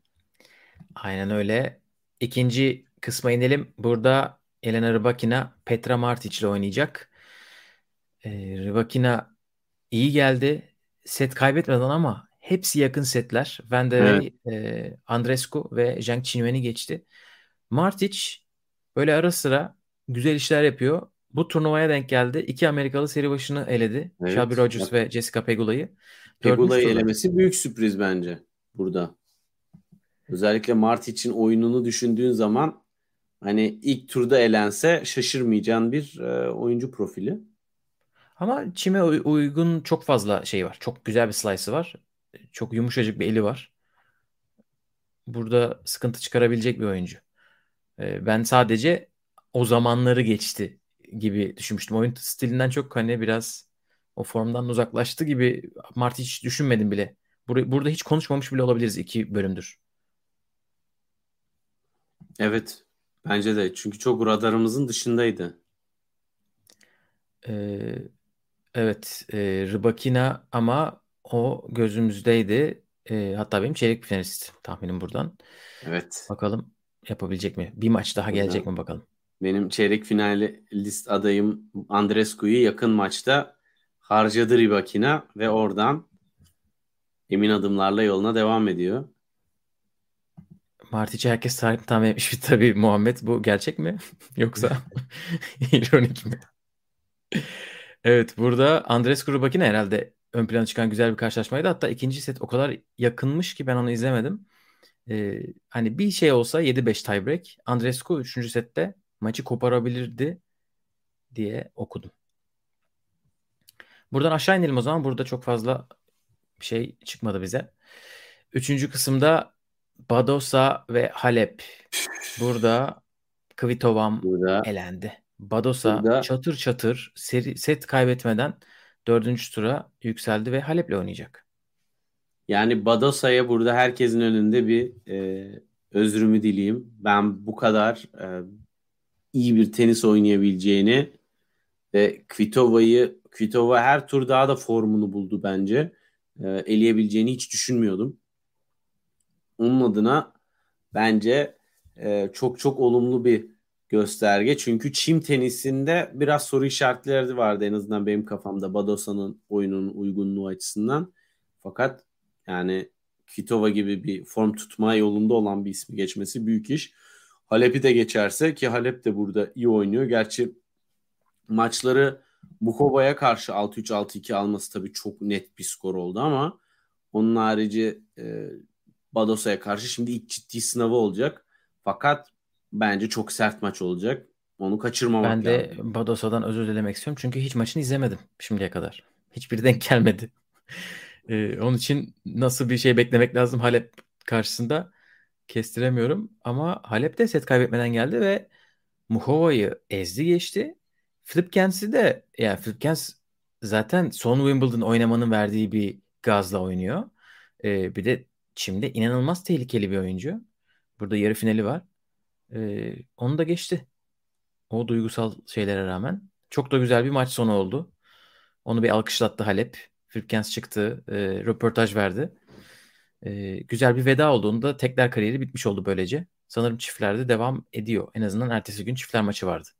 Aynen öyle. İkinci kısma inelim. Burada Elena Rybakina Petra Martic ile oynayacak. Ee, Rybakina iyi geldi. Set kaybetmeden ama hepsi yakın setler. Van der
Evet.
Wey, e, Andreescu ve Zhang Qinwen'i geçti. Martic böyle ara sıra güzel işler yapıyor. Bu turnuvaya denk geldi. İki Amerikalı seri başını eledi. Shelby
Evet.
Rogers
Bak,
ve Jessica Pegula'yı. Dördüncü
Pegula'yı
turda.
elemesi büyük sürpriz bence burada. Özellikle Mart için oyununu düşündüğün zaman hani ilk turda elense şaşırmayacağın bir e, oyuncu profili.
Ama çime uy- uygun çok fazla şey var. Çok güzel bir slice'ı var. Çok yumuşacık bir eli var. Burada sıkıntı çıkarabilecek bir oyuncu. Ee, ben sadece o zamanları geçti gibi düşünmüştüm. Oyun stilinden çok hani biraz o formdan uzaklaştı gibi. Mart'i hiç düşünmedim bile. Bur- burada hiç konuşmamış bile olabiliriz iki bölümdür.
Evet. Bence de. Çünkü çok radarımızın dışındaydı.
Ee, evet, e, Rybakina ama o gözümüzdeydi. E, hatta benim çeyrek finalist tahminim buradan.
Evet.
Bakalım yapabilecek mi? Bir maç daha
Burada.
gelecek mi bakalım.
Benim çeyrek finalist adayım Andrescu'yu yakın maçta harcadı Rybakina ve oradan emin adımlarla yoluna devam ediyor.
Martic'i herkes tahmin tahmin etmiş bir tabii Muhammed. Bu gerçek mi? Yoksa ironik mi? Evet, burada Andres Rybakina herhalde ön plana çıkan güzel bir karşılaşmaydı. Hatta ikinci set o kadar yakınmış ki ben onu izlemedim. Ee, hani bir şey olsa yedi beş tiebreak. Andreescu üçüncü sette maçı koparabilirdi diye okudum. Buradan aşağı inelim o zaman. Burada çok fazla bir şey çıkmadı bize. Üçüncü kısımda Badosa ve Halep. Burada Kvitovam
Burada
elendi. Badosa
burada
çatır çatır seri, set kaybetmeden dördüncü tura yükseldi ve Halep'le oynayacak.
yani Badosa'ya burada herkesin önünde bir e, özrümü dileyim. Ben bu kadar e, iyi bir tenis oynayabileceğini ve Kvitova'yı Kvitova her tur daha da formunu buldu bence. E, eleyebileceğini hiç düşünmüyordum. Onun adına bence e, çok çok olumlu bir gösterge. Çünkü çim tenisinde biraz soru işaretleri vardı en azından benim kafamda Badosa'nın oyunun uygunluğu açısından. Fakat yani Kvitova gibi bir form tutma yolunda olan bir ismi geçmesi büyük iş. Halep'i de geçerse ki Halep de burada iyi oynuyor. Gerçi maçları Mukova'ya karşı altı üç altı iki alması tabii çok net bir skor oldu ama onun harici e, Badosa'ya karşı şimdi ilk ciddi sınavı olacak. Fakat bence çok sert maç olacak. Onu kaçırmamak
Ben de
lazım.
Badosa'dan özür dilemek istiyorum. Çünkü hiç maçını izlemedim şimdiye kadar. Hiçbiri denk gelmedi. Ee, onun için nasıl bir şey beklemek lazım Halep karşısında kestiremiyorum. Ama Halep de set kaybetmeden geldi ve Muhova'yı ezdi geçti. Flipkens'i de yani Flipkens zaten son Wimbledon oynamanın verdiği bir gazla oynuyor. Ee, bir de çimde inanılmaz tehlikeli bir oyuncu. Burada yarı finali var. Ee, onu da geçti. O duygusal şeylere rağmen. Çok da güzel bir maç sonu oldu. Onu bir alkışlattı Halep. Flipkens çıktı. E, röportaj verdi. E, güzel bir veda oldu. Onun da tekrar kariyeri bitmiş oldu böylece. Sanırım çiftlerde devam ediyor. En azından ertesi gün çiftler maçı vardı.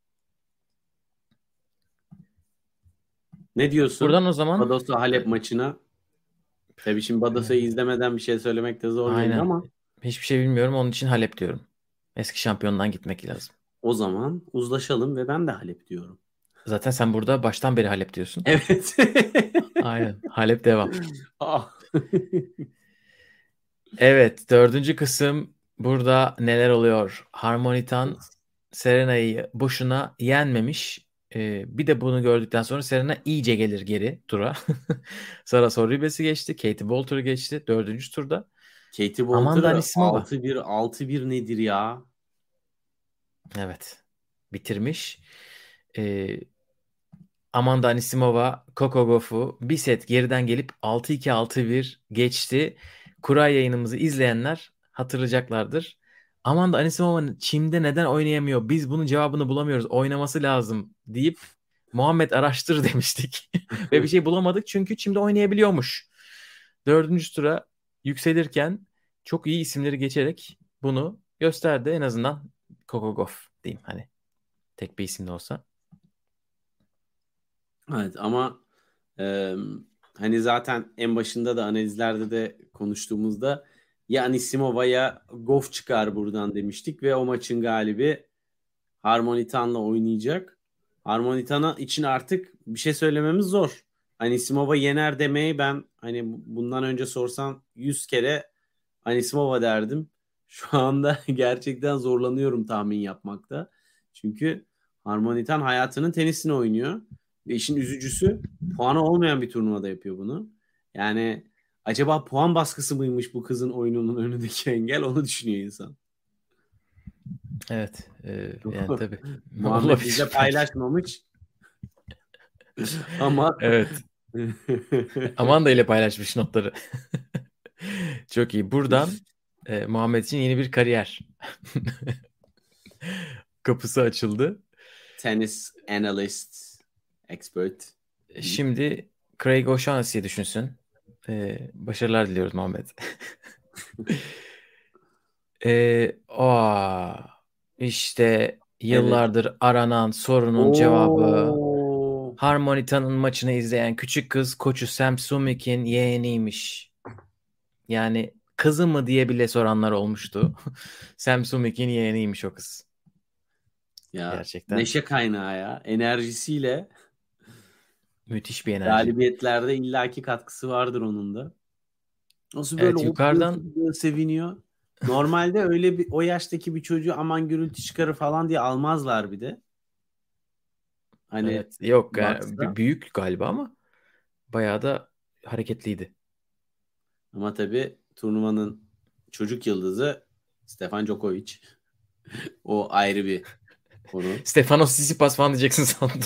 Ne
Buradan
diyorsun?
o zaman
Badosa
e,
Halep maçına. Tabii şimdi Badosa'yı
e,
izlemeden bir şey söylemek de zor gelir
aynen.
ama
Hiçbir şey bilmiyorum. Onun için Halep diyorum. Eski şampiyondan gitmek lazım.
o zaman uzlaşalım ve ben de Halep diyorum.
Zaten sen burada baştan beri Halep diyorsun.
Evet.
Aynen. Halep devam.
Ah.
Evet, dördüncü kısım burada neler oluyor? Harmonitan Serena'yı boşuna yenmemiş. Ee, bir de bunu gördükten sonra Serena iyice gelir geri tura. Sara Sorribes'i geçti. Katie Boulter'ı geçti dördüncü turda.
Katie
Amanda
Walter
Anisimova.
altı bir altı bir nedir ya?
Evet. Bitirmiş. Ee, Amanda Anisimova Coco Gauff'u bir set geriden gelip altı iki altı bir geçti. Kura yayınımızı izleyenler hatırlayacaklardır. Amanda Anisimova çimde neden oynayamıyor? Biz bunun cevabını bulamıyoruz. Oynaması lazım deyip Muhammed araştır demiştik. Ve bir şey bulamadık çünkü çimde oynayabiliyormuş. Dördüncü tura yükselirken çok iyi isimleri geçerek bunu gösterdi. En azından Coco Gauff diyeyim hani tek bir isim de olsa.
Evet ama e, hani zaten en başında da analizlerde de konuştuğumuzda ya Anisimova ya Goff çıkar buradan demiştik ve o maçın galibi Harmonitan'la oynayacak. Harmonitan'a için artık bir şey söylememiz zor. Anisimova yener demeyi ben hani bundan önce sorsan yüz kere Anisimova derdim. Şu anda gerçekten zorlanıyorum tahmin yapmakta. Çünkü Harmonitan hayatının tenisini oynuyor. Ve işin üzücüsü puanı olmayan bir turnuvada yapıyor bunu. Yani acaba puan baskısı mıymış bu kızın oyununun önündeki engel onu düşünüyor insan.
Evet. E, yani tabii.
Muhammed
Olabilir
bize
belki.
paylaşmamış ama
Evet. Amanda ile paylaşmış notları. Çok iyi. Buradan e, Muhammed için yeni bir kariyer kapısı açıldı.
Tennis analyst expert.
Şimdi Craig O'Shaughnessy'yi düşünsün. Ee, başarılar diliyoruz Muhammed. ee, aa, işte
Evet.
yıllardır aranan sorunun cevabı
Oo.
Harmonitan'ın maçını izleyen küçük kız koçu Sam Sumik'in yeğeniymiş. Yani kızı mı diye bile soranlar olmuştu. Sam Sumik'in yeğeniymiş o kız.
Ya
Gerçekten
neşe kaynağı ya. Enerjisiyle
müthiş bir enerji.
galibiyetlerde illaki katkısı vardır onun da. Nasıl böyle
Evet,
hopluyor,
yukarıdan
zıplıyor, seviniyor. Normalde öyle bir o yaştaki bir çocuğu aman gürültü çıkarır falan diye almazlar bir de. Hani
evet, yok yani b-
baksa.
büyük galiba ama bayağı da hareketliydi.
Ama tabii turnuvanın çocuk yıldızı Stefan Djokovic. O ayrı bir konu.
Stefanos Tsitsipas falan diyeceksin sandım.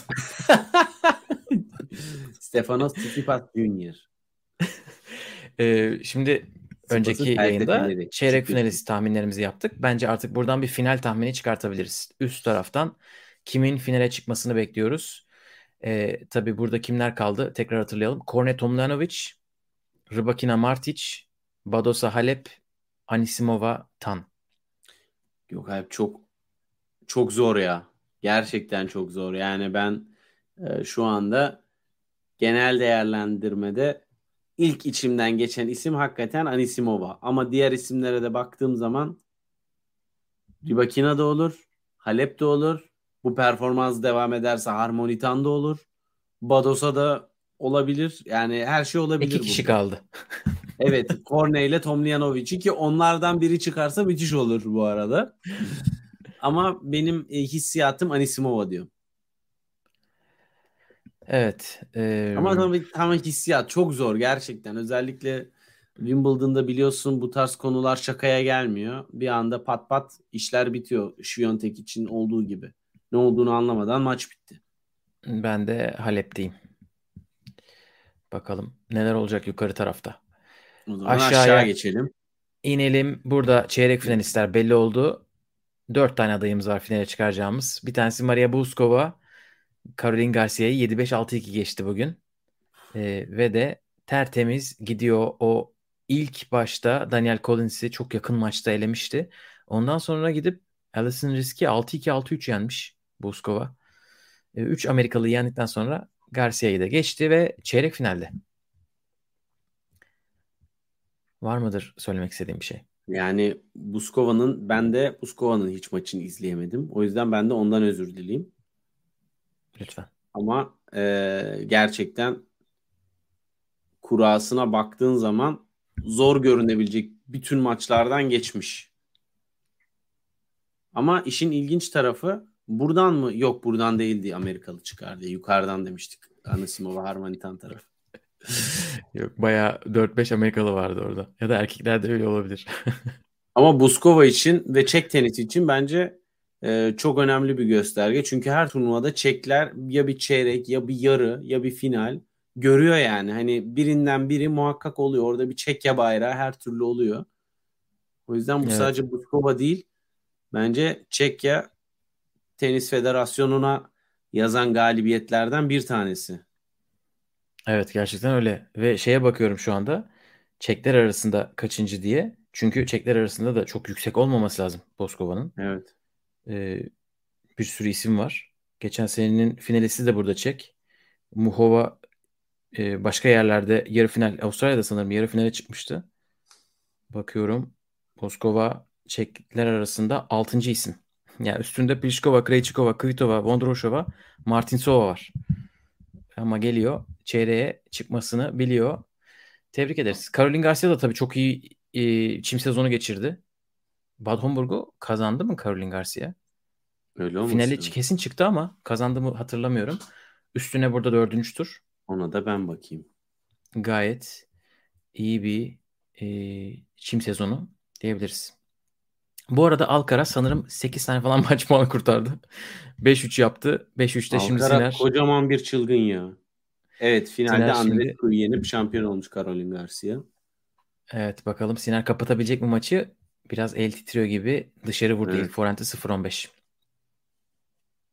Stefanos Tsitsipas Junior
Ee, şimdi önceki
Tsitsipas'ın
yayında
felsefeleri.
çeyrek
Küçük bir şey.
finalist tahminlerimizi yaptık. Bence artık buradan bir final tahmini çıkartabiliriz. Üst taraftan kimin finale çıkmasını bekliyoruz. Ee, tabii burada kimler kaldı? Tekrar hatırlayalım. Kornet Tomljanovic, Rybakina Martic, Badosa Halep, Anisimova Tan.
Yok abi çok çok zor ya. Gerçekten çok zor. Yani ben e, şu anda genel değerlendirmede ilk içimden geçen isim hakikaten Anisimova. Ama diğer isimlere de baktığım zaman Rybakina da olur, Halep de olur. Bu performans devam ederse Harmonitan da olur. Badosa da olabilir. Yani her şey
İki
olabilir
kişi
burada.
kaldı.
Evet, Korne ile Tomljanovic'i ki onlardan biri çıkarsa müthiş olur bu arada. Ama benim e, hissiyatım Anisimova diyor.
Evet.
Ama
eee,
tabii tam hissiyat çok zor gerçekten. Özellikle Wimbledon'da biliyorsun bu tarz konular şakaya gelmiyor. Bir anda pat pat işler bitiyor. Świątek için olduğu gibi. Ne olduğunu anlamadan maç bitti.
ben de Halep'teyim. Bakalım neler olacak yukarı tarafta.
O zaman aşağı
Aşağıya
geçelim.
inelim. Burada çeyrek finalistler belli oldu. Dört tane adayımız var finale çıkaracağımız. Bir tanesi Maria Buzkova. Caroline Garcia'yı yedi beş altı iki geçti bugün. Ee, ve de tertemiz gidiyor. O ilk başta Daniel Collins'i çok yakın maçta elemişti. Ondan sonra gidip Alison Risk'i altı iki altı üç yenmiş Buzkova. üç Amerikalı'yı yendikten sonra Garcia'yı da geçti ve çeyrek finalde. Var mıdır söylemek istediğim bir şey?
Yani Buskova'nın ben de Buskova'nın hiç maçını izleyemedim. O yüzden ben de ondan özür dileyeyim.
Lütfen.
Ama e, gerçekten kurasına baktığın zaman zor görünebilecek bütün maçlardan geçmiş. Ama işin ilginç tarafı buradan mı? Yok buradan değildi Amerikalı çıkardı. Yukarıdan demiştik. Anisimova Harmonitan tarafı.
Yok, bayağı dört beş Amerikalı vardı orada. Ya da erkeklerde öyle olabilir.
Ama Buskova için ve Çek tenisi için bence e, çok önemli bir gösterge. Çünkü her turnuvada Çekler ya bir çeyrek ya bir yarı ya bir final görüyor yani. Hani birinden biri muhakkak oluyor. Orada bir Çekya bayrağı her türlü oluyor. O yüzden bu
Evet.
sadece Buskova değil. Bence Çekya Tenis Federasyonu'na yazan galibiyetlerden bir tanesi.
Evet, gerçekten öyle. Ve şeye bakıyorum şu anda. Çekler arasında kaçıncı diye. Çünkü Çekler arasında da çok yüksek olmaması lazım Boskova'nın.
Evet.
Ee, bir sürü isim var. Geçen senenin finalisti de burada Çek. Muhova e, başka yerlerde yarı final, Avustralya'da sanırım yarı finale çıkmıştı. Bakıyorum. Moskova Çekler arasında altıncı isim. Yani üstünde Pliskova, Krejcikova, Kvitova, Vondrousova, Martinsova var. Ama geliyor. Çeyreğe çıkmasını biliyor. Tebrik ederiz. Caroline Garcia da tabii çok iyi e, çim sezonu geçirdi. Bad Homburg'u kazandı mı Caroline Garcia?
Öyle
Finali
olması
ç-
lazım.
kesin çıktı ama kazandı mı hatırlamıyorum. Üstüne burada dördüncü tur.
Ona da ben bakayım.
Gayet iyi bir e, çim sezonu diyebiliriz. Bu arada Alcaraz sanırım sekiz tane falan maç puanı kurtardı. beş üç yaptı. beş üçte şimdi
Alcaraz
Sinner.
kocaman bir çılgın ya. Evet finalde
Sinner şimdi
Andrescu'yu yenip şampiyon olmuş Caroline Garcia.
evet, bakalım Sinner kapatabilecek mi maçı? Biraz el titriyor gibi. Dışarı vurdu ilk
Evet.
forehandi sıfır on beş.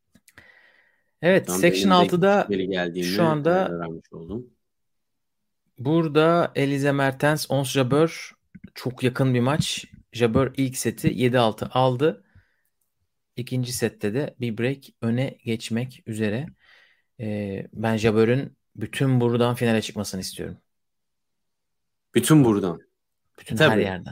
Evet,
Tam
Section
benim de
altıda
geri geldiğimi
şu
e,
anda
öğrenmiş oldum.
Burada Elize Mertens, Ons Jabeur çok yakın bir maç. Jabeur ilk seti yedi altı aldı. İkinci sette de bir break öne geçmek üzere. Ee, ben Jabeur'ün bütün buradan finale çıkmasını istiyorum.
Bütün buradan.
Bütün her
Tabii.
yerden.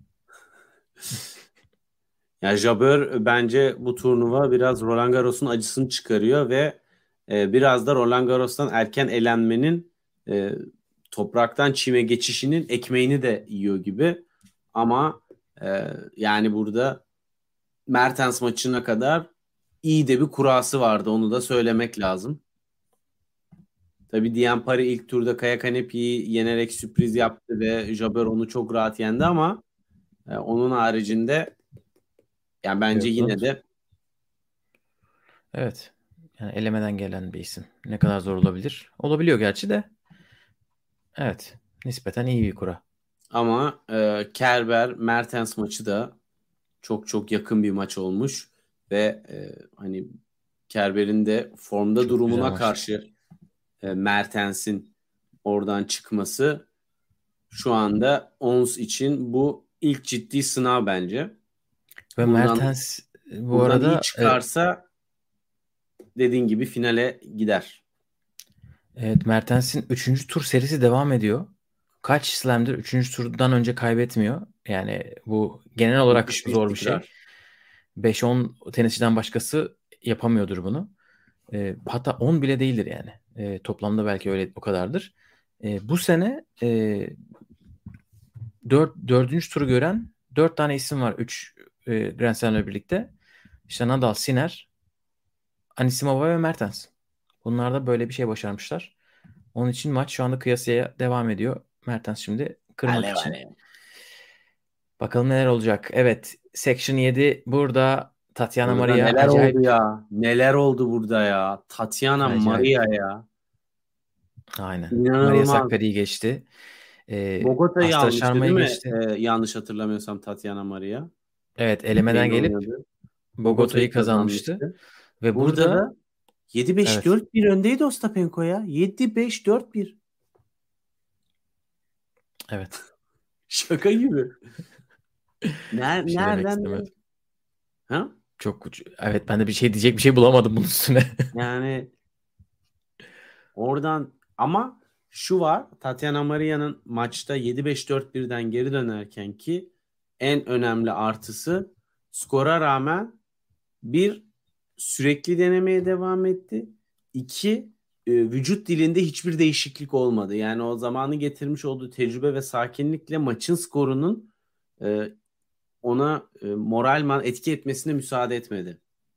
Ya Jabeur bence bu turnuva biraz Roland Garros'un acısını çıkarıyor ve e, biraz da Roland Garros'tan erken elenmenin e, topraktan çime geçişinin ekmeğini de yiyor gibi. Ama e, yani burada Mertens maçına kadar iyi de bir kurası vardı. Onu da söylemek lazım. Tabii Diane Parry ilk turda Kaya Kanepi'yi yenerek sürpriz yaptı ve Jabeur onu çok rahat yendi ama e, onun haricinde yani bence
Evet,
yine
evet.
de
Evet. Yani elemeden gelen bir isim. Ne kadar zor olabilir? Olabiliyor gerçi de. Evet. Nispeten iyi bir kura.
ama e, Kerber Mertens maçı da çok çok yakın bir maç olmuş ve e, hani Kerber'in de formda
Çok güzel
durumuna
maçtı.
karşı e, Mertens'in oradan çıkması şu anda Ons için bu ilk ciddi sınav bence.
Ve
Buradan
Mertens bu
buradan iyi
arada e,
çıkarsa dediğin gibi finale gider.
evet, Mertens'in üçüncü tur serisi devam ediyor. Kaç slam'dır üçüncü turdan önce kaybetmiyor. Yani bu genel olarak
Müthiş bir
zor bir şey.
istikrar.
beş on tenisçiden başkası yapamıyordur bunu. E, hatta on bile değildir yani. E, toplamda belki öyle o kadardır. E, bu sene e, dört, dördüncü turu gören dört tane isim var. Üç e, Grand Slam'le birlikte. İşte Nadal, Sinner, Anisimova ve Mertens. Bunlar da böyle bir şey başarmışlar. Onun için maç şu anda kıyasıya devam ediyor. Mertens şimdi kırmak
Alev
için.
alev.
Bakalım neler olacak. Evet, Section yedi burada Tatiana
Burada
Maria
neler oldu
acayip
ya? Neler oldu burada ya? Tatiana
acayip.
Maria ya.
Aynen. Maria
İnanılmaz.
Sakkari'yi geçti. Ee,
Bogota'yı
Astra
almıştı değil
Sharma'yı
mi?
geçti.
Ee, yanlış hatırlamıyorsam Tatiana Maria.
Evet, elemeden
Neyle
gelip
oynadı?
Bogota'yı
Bogota'yı
kazanmıştı.
kazanmıştı.
Ve
Burada
burada
da yedi beş
evet,
dört bir öndeydi Ostapenko ya. yedi beş dört bir.
evet.
Şaka gibi. Ner
Bir şey demek
nereden nereye?
istemedim.
Ha?
Çok evet, ben de bir şey diyecek bir şey bulamadım bunun üstüne.
Yani oradan ama şu var. Tatiana Maria'nın maçta yedi beş dört birden geri dönerken ki en önemli artısı skora rağmen bir sürekli denemeye devam etti. İki e, vücut dilinde hiçbir değişiklik olmadı. Yani o zamanı getirmiş olduğu tecrübe ve sakinlikle maçın skorunun e, ona e, moralman etki etmesine müsaade etmedi.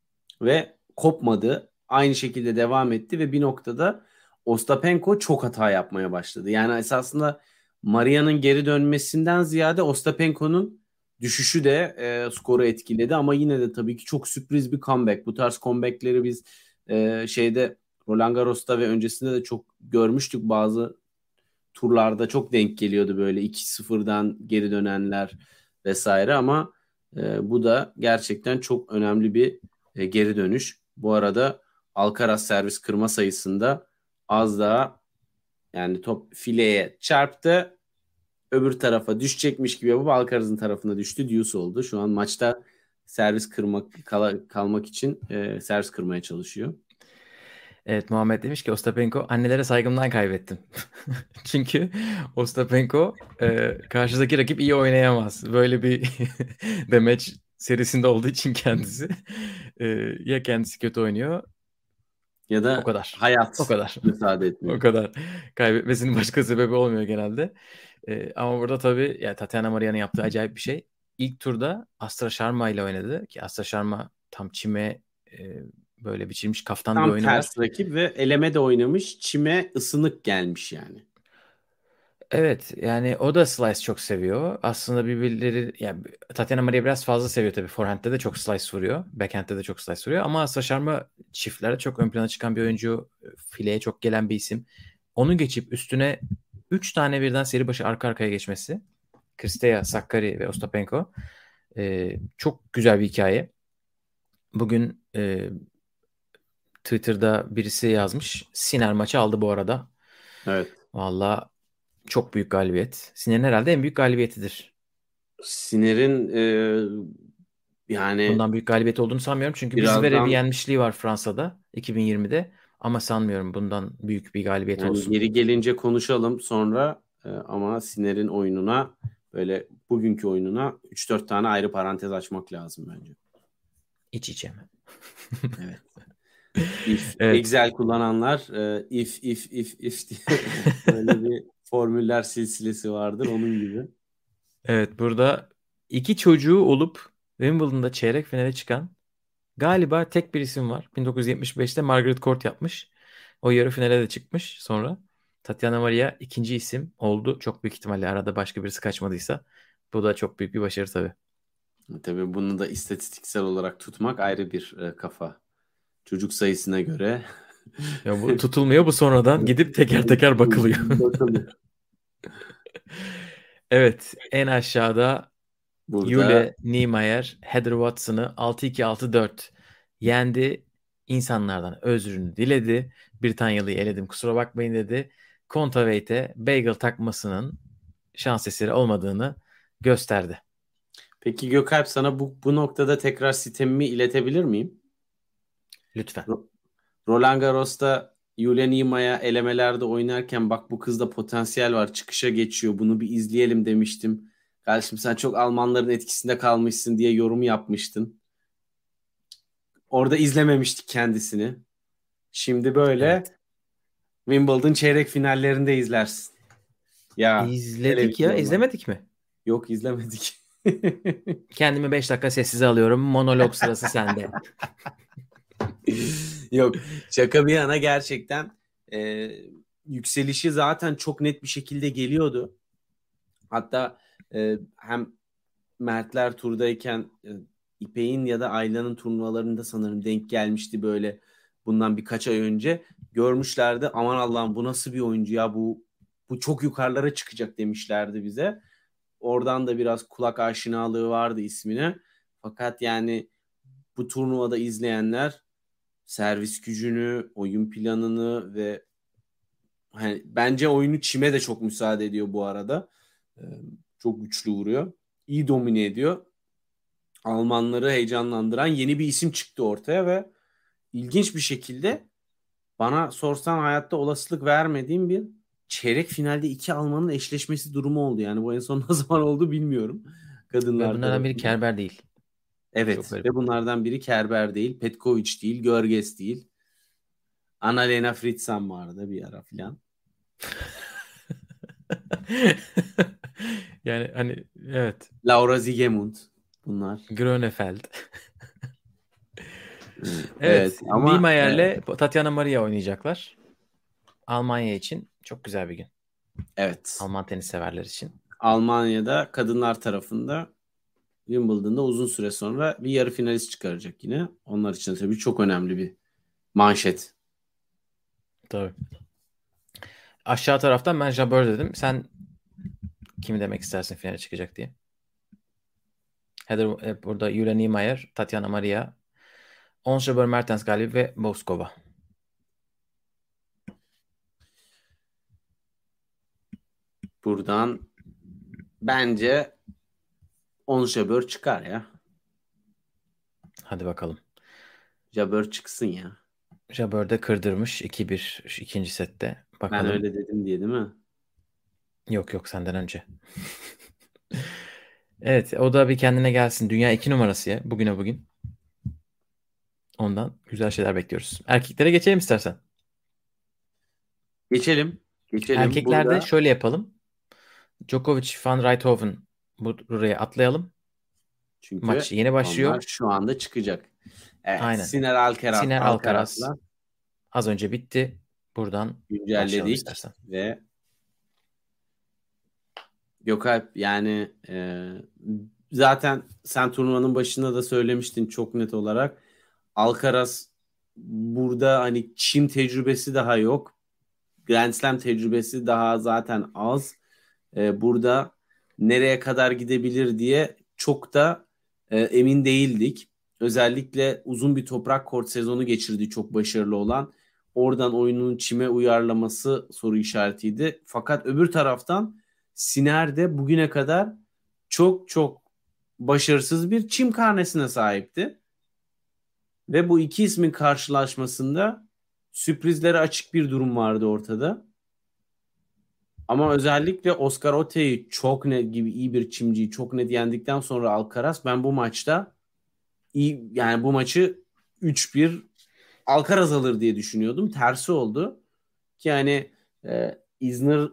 Ve kopmadı. Aynı şekilde devam etti ve bir noktada Ostapenko çok hata yapmaya başladı. Yani esasında Maria'nın geri dönmesinden ziyade Ostapenko'nun düşüşü de e, skoru etkiledi ama yine de tabii ki çok sürpriz bir comeback. Bu tarz comeback'leri biz e, şeyde Roland Garros'ta ve öncesinde de çok görmüştük. Bazı turlarda çok denk geliyordu böyle iki sıfırdan geri dönenler vesaire ama e, bu da gerçekten çok önemli bir e, geri dönüş. Bu arada Alcaraz servis kırma sayısında az daha yani top fileye çarptı. Öbür tarafa düşecekmiş gibi yapıp Alcaraz'ın tarafına düştü. Deuce oldu. Şu an maçta servis kırmak kala- kalmak için e, servis kırmaya çalışıyor.
Evet, Muhammed demiş ki Ostapenko annelere saygımdan kaybettim. Çünkü Ostapenko e, karşıdaki rakip iyi oynayamaz. Böyle bir demeç serisinde olduğu için kendisi e, ya kendisi kötü oynuyor,
Ya
o
da
kadar. O
hayat
kadar.
müsaade
O
etmiyor.
kadar. Kaybetmesinin başka sebebi olmuyor genelde. E, ama burada tabii ya Tatiana Maria'nın yaptığı acayip bir şey. İlk turda Astra Sharma ile oynadı ki Astra Sharma tam çime e, böyle biçilmiş kaftan bir
Tam
oyunu var.
ters rakip ve eleme de oynamış. Çime ısınık gelmiş yani.
Evet, yani o da slice çok seviyor. Aslında birbirleri yani Tatiana Maria biraz fazla seviyor tabii. Forehand'de de çok slice vuruyor. Backhand'de de çok slice vuruyor. Ama Asla Sharma çiftlerde çok ön plana çıkan bir oyuncu. Fileye çok gelen bir isim. Onu geçip üstüne üç tane birden seri başı arka arkaya geçmesi. Kristeya, Sakkari ve Ostapenko. Ee, çok güzel bir hikaye. Bugün e, Twitter'da birisi yazmış. Sinner maçı aldı bu arada.
Evet.
Valla Çok büyük galibiyet. Sinner'in herhalde en büyük galibiyetidir.
Sinner'in e, yani
Bundan büyük galibiyet olduğunu sanmıyorum. Çünkü bir Zverev'i
birazdan
yenmişliği var Fransa'da iki bin yirmide. Ama sanmıyorum bundan büyük bir galibiyet
yani
olsun.
geri gelince konuşalım sonra e, ama Sinner'in oyununa böyle bugünkü oyununa üç dört tane ayrı parantez açmak lazım bence.
İç içe mi?
Evet. If,
Evet.
Excel kullananlar e, if if if if diye böyle bir formüller silsilesi vardır onun gibi.
Evet, burada iki çocuğu olup Wimbledon'da çeyrek finale çıkan galiba tek bir isim var. bin dokuz yüz yetmiş beşte Margaret Court yapmış. O yarı finale de çıkmış sonra. Tatiana Maria ikinci isim oldu. Çok büyük ihtimalle arada başka birisi kaçmadıysa. Bu da çok büyük bir başarı tabii.
Tabii bunu da istatistiksel olarak tutmak ayrı bir e, kafa. Çocuk sayısına göre.
Ya bu tutulmuyor, bu sonradan gidip teker teker bakılıyor.
Bakılıyor.
Evet, en aşağıda
Burada
Jule Niemeyer Heather Watson'ı altı iki altı dört yendi. İnsanlardan özrünü diledi. Britanyalı'yı eledim kusura bakmayın dedi. Kontaveit'e bagel takmasının şans eseri olmadığını gösterdi.
peki Gökalp sana bu, bu noktada tekrar sitemimi iletebilir miyim?
Lütfen.
Ro- Roland Garros'ta Julia Niemeyer'e elemelerde oynarken bak bu kızda potansiyel var çıkışa geçiyor bunu bir izleyelim demiştim. Kardeşim sen çok Almanların etkisinde kalmışsın diye yorum yapmıştın. Orada izlememiştik kendisini. Şimdi böyle
Evet.
Wimbledon çeyrek finallerinde izlersin. Ya
İzledik ya,
televizyonda.
izlemedik mi?
Yok izlemedik.
Kendimi beş dakika sessize alıyorum. Monolog sırası sende.
Yok şaka bir yana gerçekten e, yükselişi zaten çok net bir şekilde geliyordu. Hatta e, hem Mertler turdayken e, İpek'in ya da Ayla'nın turnuvalarında sanırım denk gelmişti böyle bundan birkaç ay önce. Görmüşlerdi aman Allah'ım bu nasıl bir oyuncu ya bu bu çok yukarılara çıkacak demişlerdi bize. Oradan da biraz kulak aşinalığı vardı ismine. Fakat yani bu turnuvada izleyenler servis gücünü, oyun planını ve hani bence oyunu çime de çok müsaade ediyor bu arada. Ee, çok güçlü vuruyor. İyi domine ediyor. Almanları heyecanlandıran yeni bir isim çıktı ortaya ve ilginç bir şekilde bana sorsan hayatta olasılık vermediğim bir çeyrek finalde iki Almanın eşleşmesi durumu oldu. Yani bu en son ne zaman oldu bilmiyorum.
Ve
Kadınlar
bunlardan biri
tarafından.
Kerber değil. Çok
Evet
garip.
ve bunlardan biri Kerber değil, Petkovic değil, Görges değil. Annalena Fritzan vardı bir ara filan.
Yani hani evet.
Laura Siegemund bunlar.
Grönefeld.
Evet,
Evet,
ama e,
Niemeyer'le Tatiana Maria oynayacaklar. Almanya için çok güzel bir gün.
evet
Alman tenis severler için.
Almanya'da kadınlar tarafında Wimbledon'da uzun süre sonra bir yarı finalist çıkaracak yine. Onlar için tabii çok önemli bir manşet.
Tabii. Aşağı taraftan ben Jabeur dedim. Sen kimi demek istersin finale çıkacak diye? Heather, e, burada Julia Niemeyer, Tatiana Maria, Ons Jabeur Mertens galibi ve Boskova.
Buradan bence Ons Jabeur çıkar ya.
Hadi bakalım.
Jabeur çıksın ya.
Jabeur de kırdırmış iki bir şu ikinci sette. Bakalım.
Ben öyle dedim diye değil mi?
Yok yok, senden önce. Evet, o da bir kendine gelsin. Dünya iki numarası ya bugüne bugün. Ondan güzel şeyler bekliyoruz. Erkeklere geçelim istersen.
Geçelim. Geçelim.
Erkeklerde
Burada
şöyle yapalım. Djokovic, Van Rijthoven buraya atlayalım.
çünkü
Maç yeni başlıyor.
onlar şu anda çıkacak. Evet,
Aynen.
Sinner Alcaraz,
Sinner Alcaraz
Alcaraz'la
az önce bitti. Buradan başlayalım
güncelledik
istersen.
ve Gökalp yani e, zaten sen turnuvanın başında da söylemiştin çok net olarak. Alcaraz burada hani çim tecrübesi daha yok. Grand Slam tecrübesi daha zaten az. E, burada nereye kadar gidebilir diye çok da e, emin değildik. Özellikle uzun bir toprak kort sezonu geçirdi çok başarılı olan. oradan oyunun çime uyarlaması soru işaretiydi. Fakat öbür taraftan Sinner de bugüne kadar çok çok başarısız bir çim karnesine sahipti. Ve bu iki ismin karşılaşmasında sürprizlere açık bir durum vardı ortada. Ama özellikle Oscar Ote'yi çok net gibi iyi bir çimciyi çok net yendikten sonra Alcaraz, ben bu maçta iyi, yani bu maçı üç bir Alcaraz alır diye düşünüyordum. Tersi oldu. Ki yani e, Isner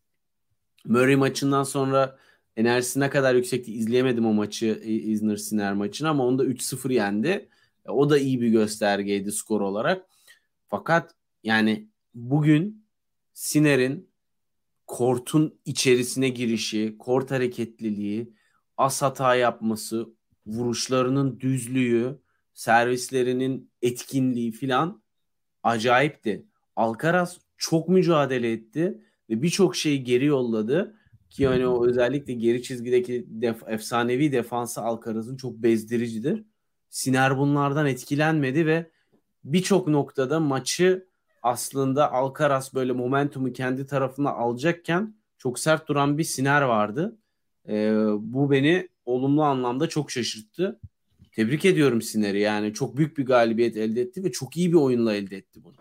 Murray maçından sonra enerjisi ne kadar yüksekti izleyemedim o maçı, Isner Sinner maçını, ama onu da üç sıfır yendi. E, o da iyi bir göstergeydi skor olarak. Fakat yani bugün Sinner'in kortun içerisine girişi, kort hareketliliği, as hata yapması, vuruşlarının düzlüğü, servislerinin etkinliği filan acayipti. Alcaraz çok mücadele etti ve birçok şeyi geri yolladı ki yani o özellikle geri çizgideki def- efsanevi defansı Alcaraz'ın çok bezdiricidir. Sinner bunlardan etkilenmedi ve birçok noktada maçı aslında Alcaraz böyle momentumu kendi tarafına alacakken çok sert duran bir Sinner vardı. Ee, bu beni olumlu anlamda çok şaşırttı. Tebrik ediyorum Sinner'i, yani çok büyük bir galibiyet elde etti ve çok iyi bir oyunla elde etti bunu.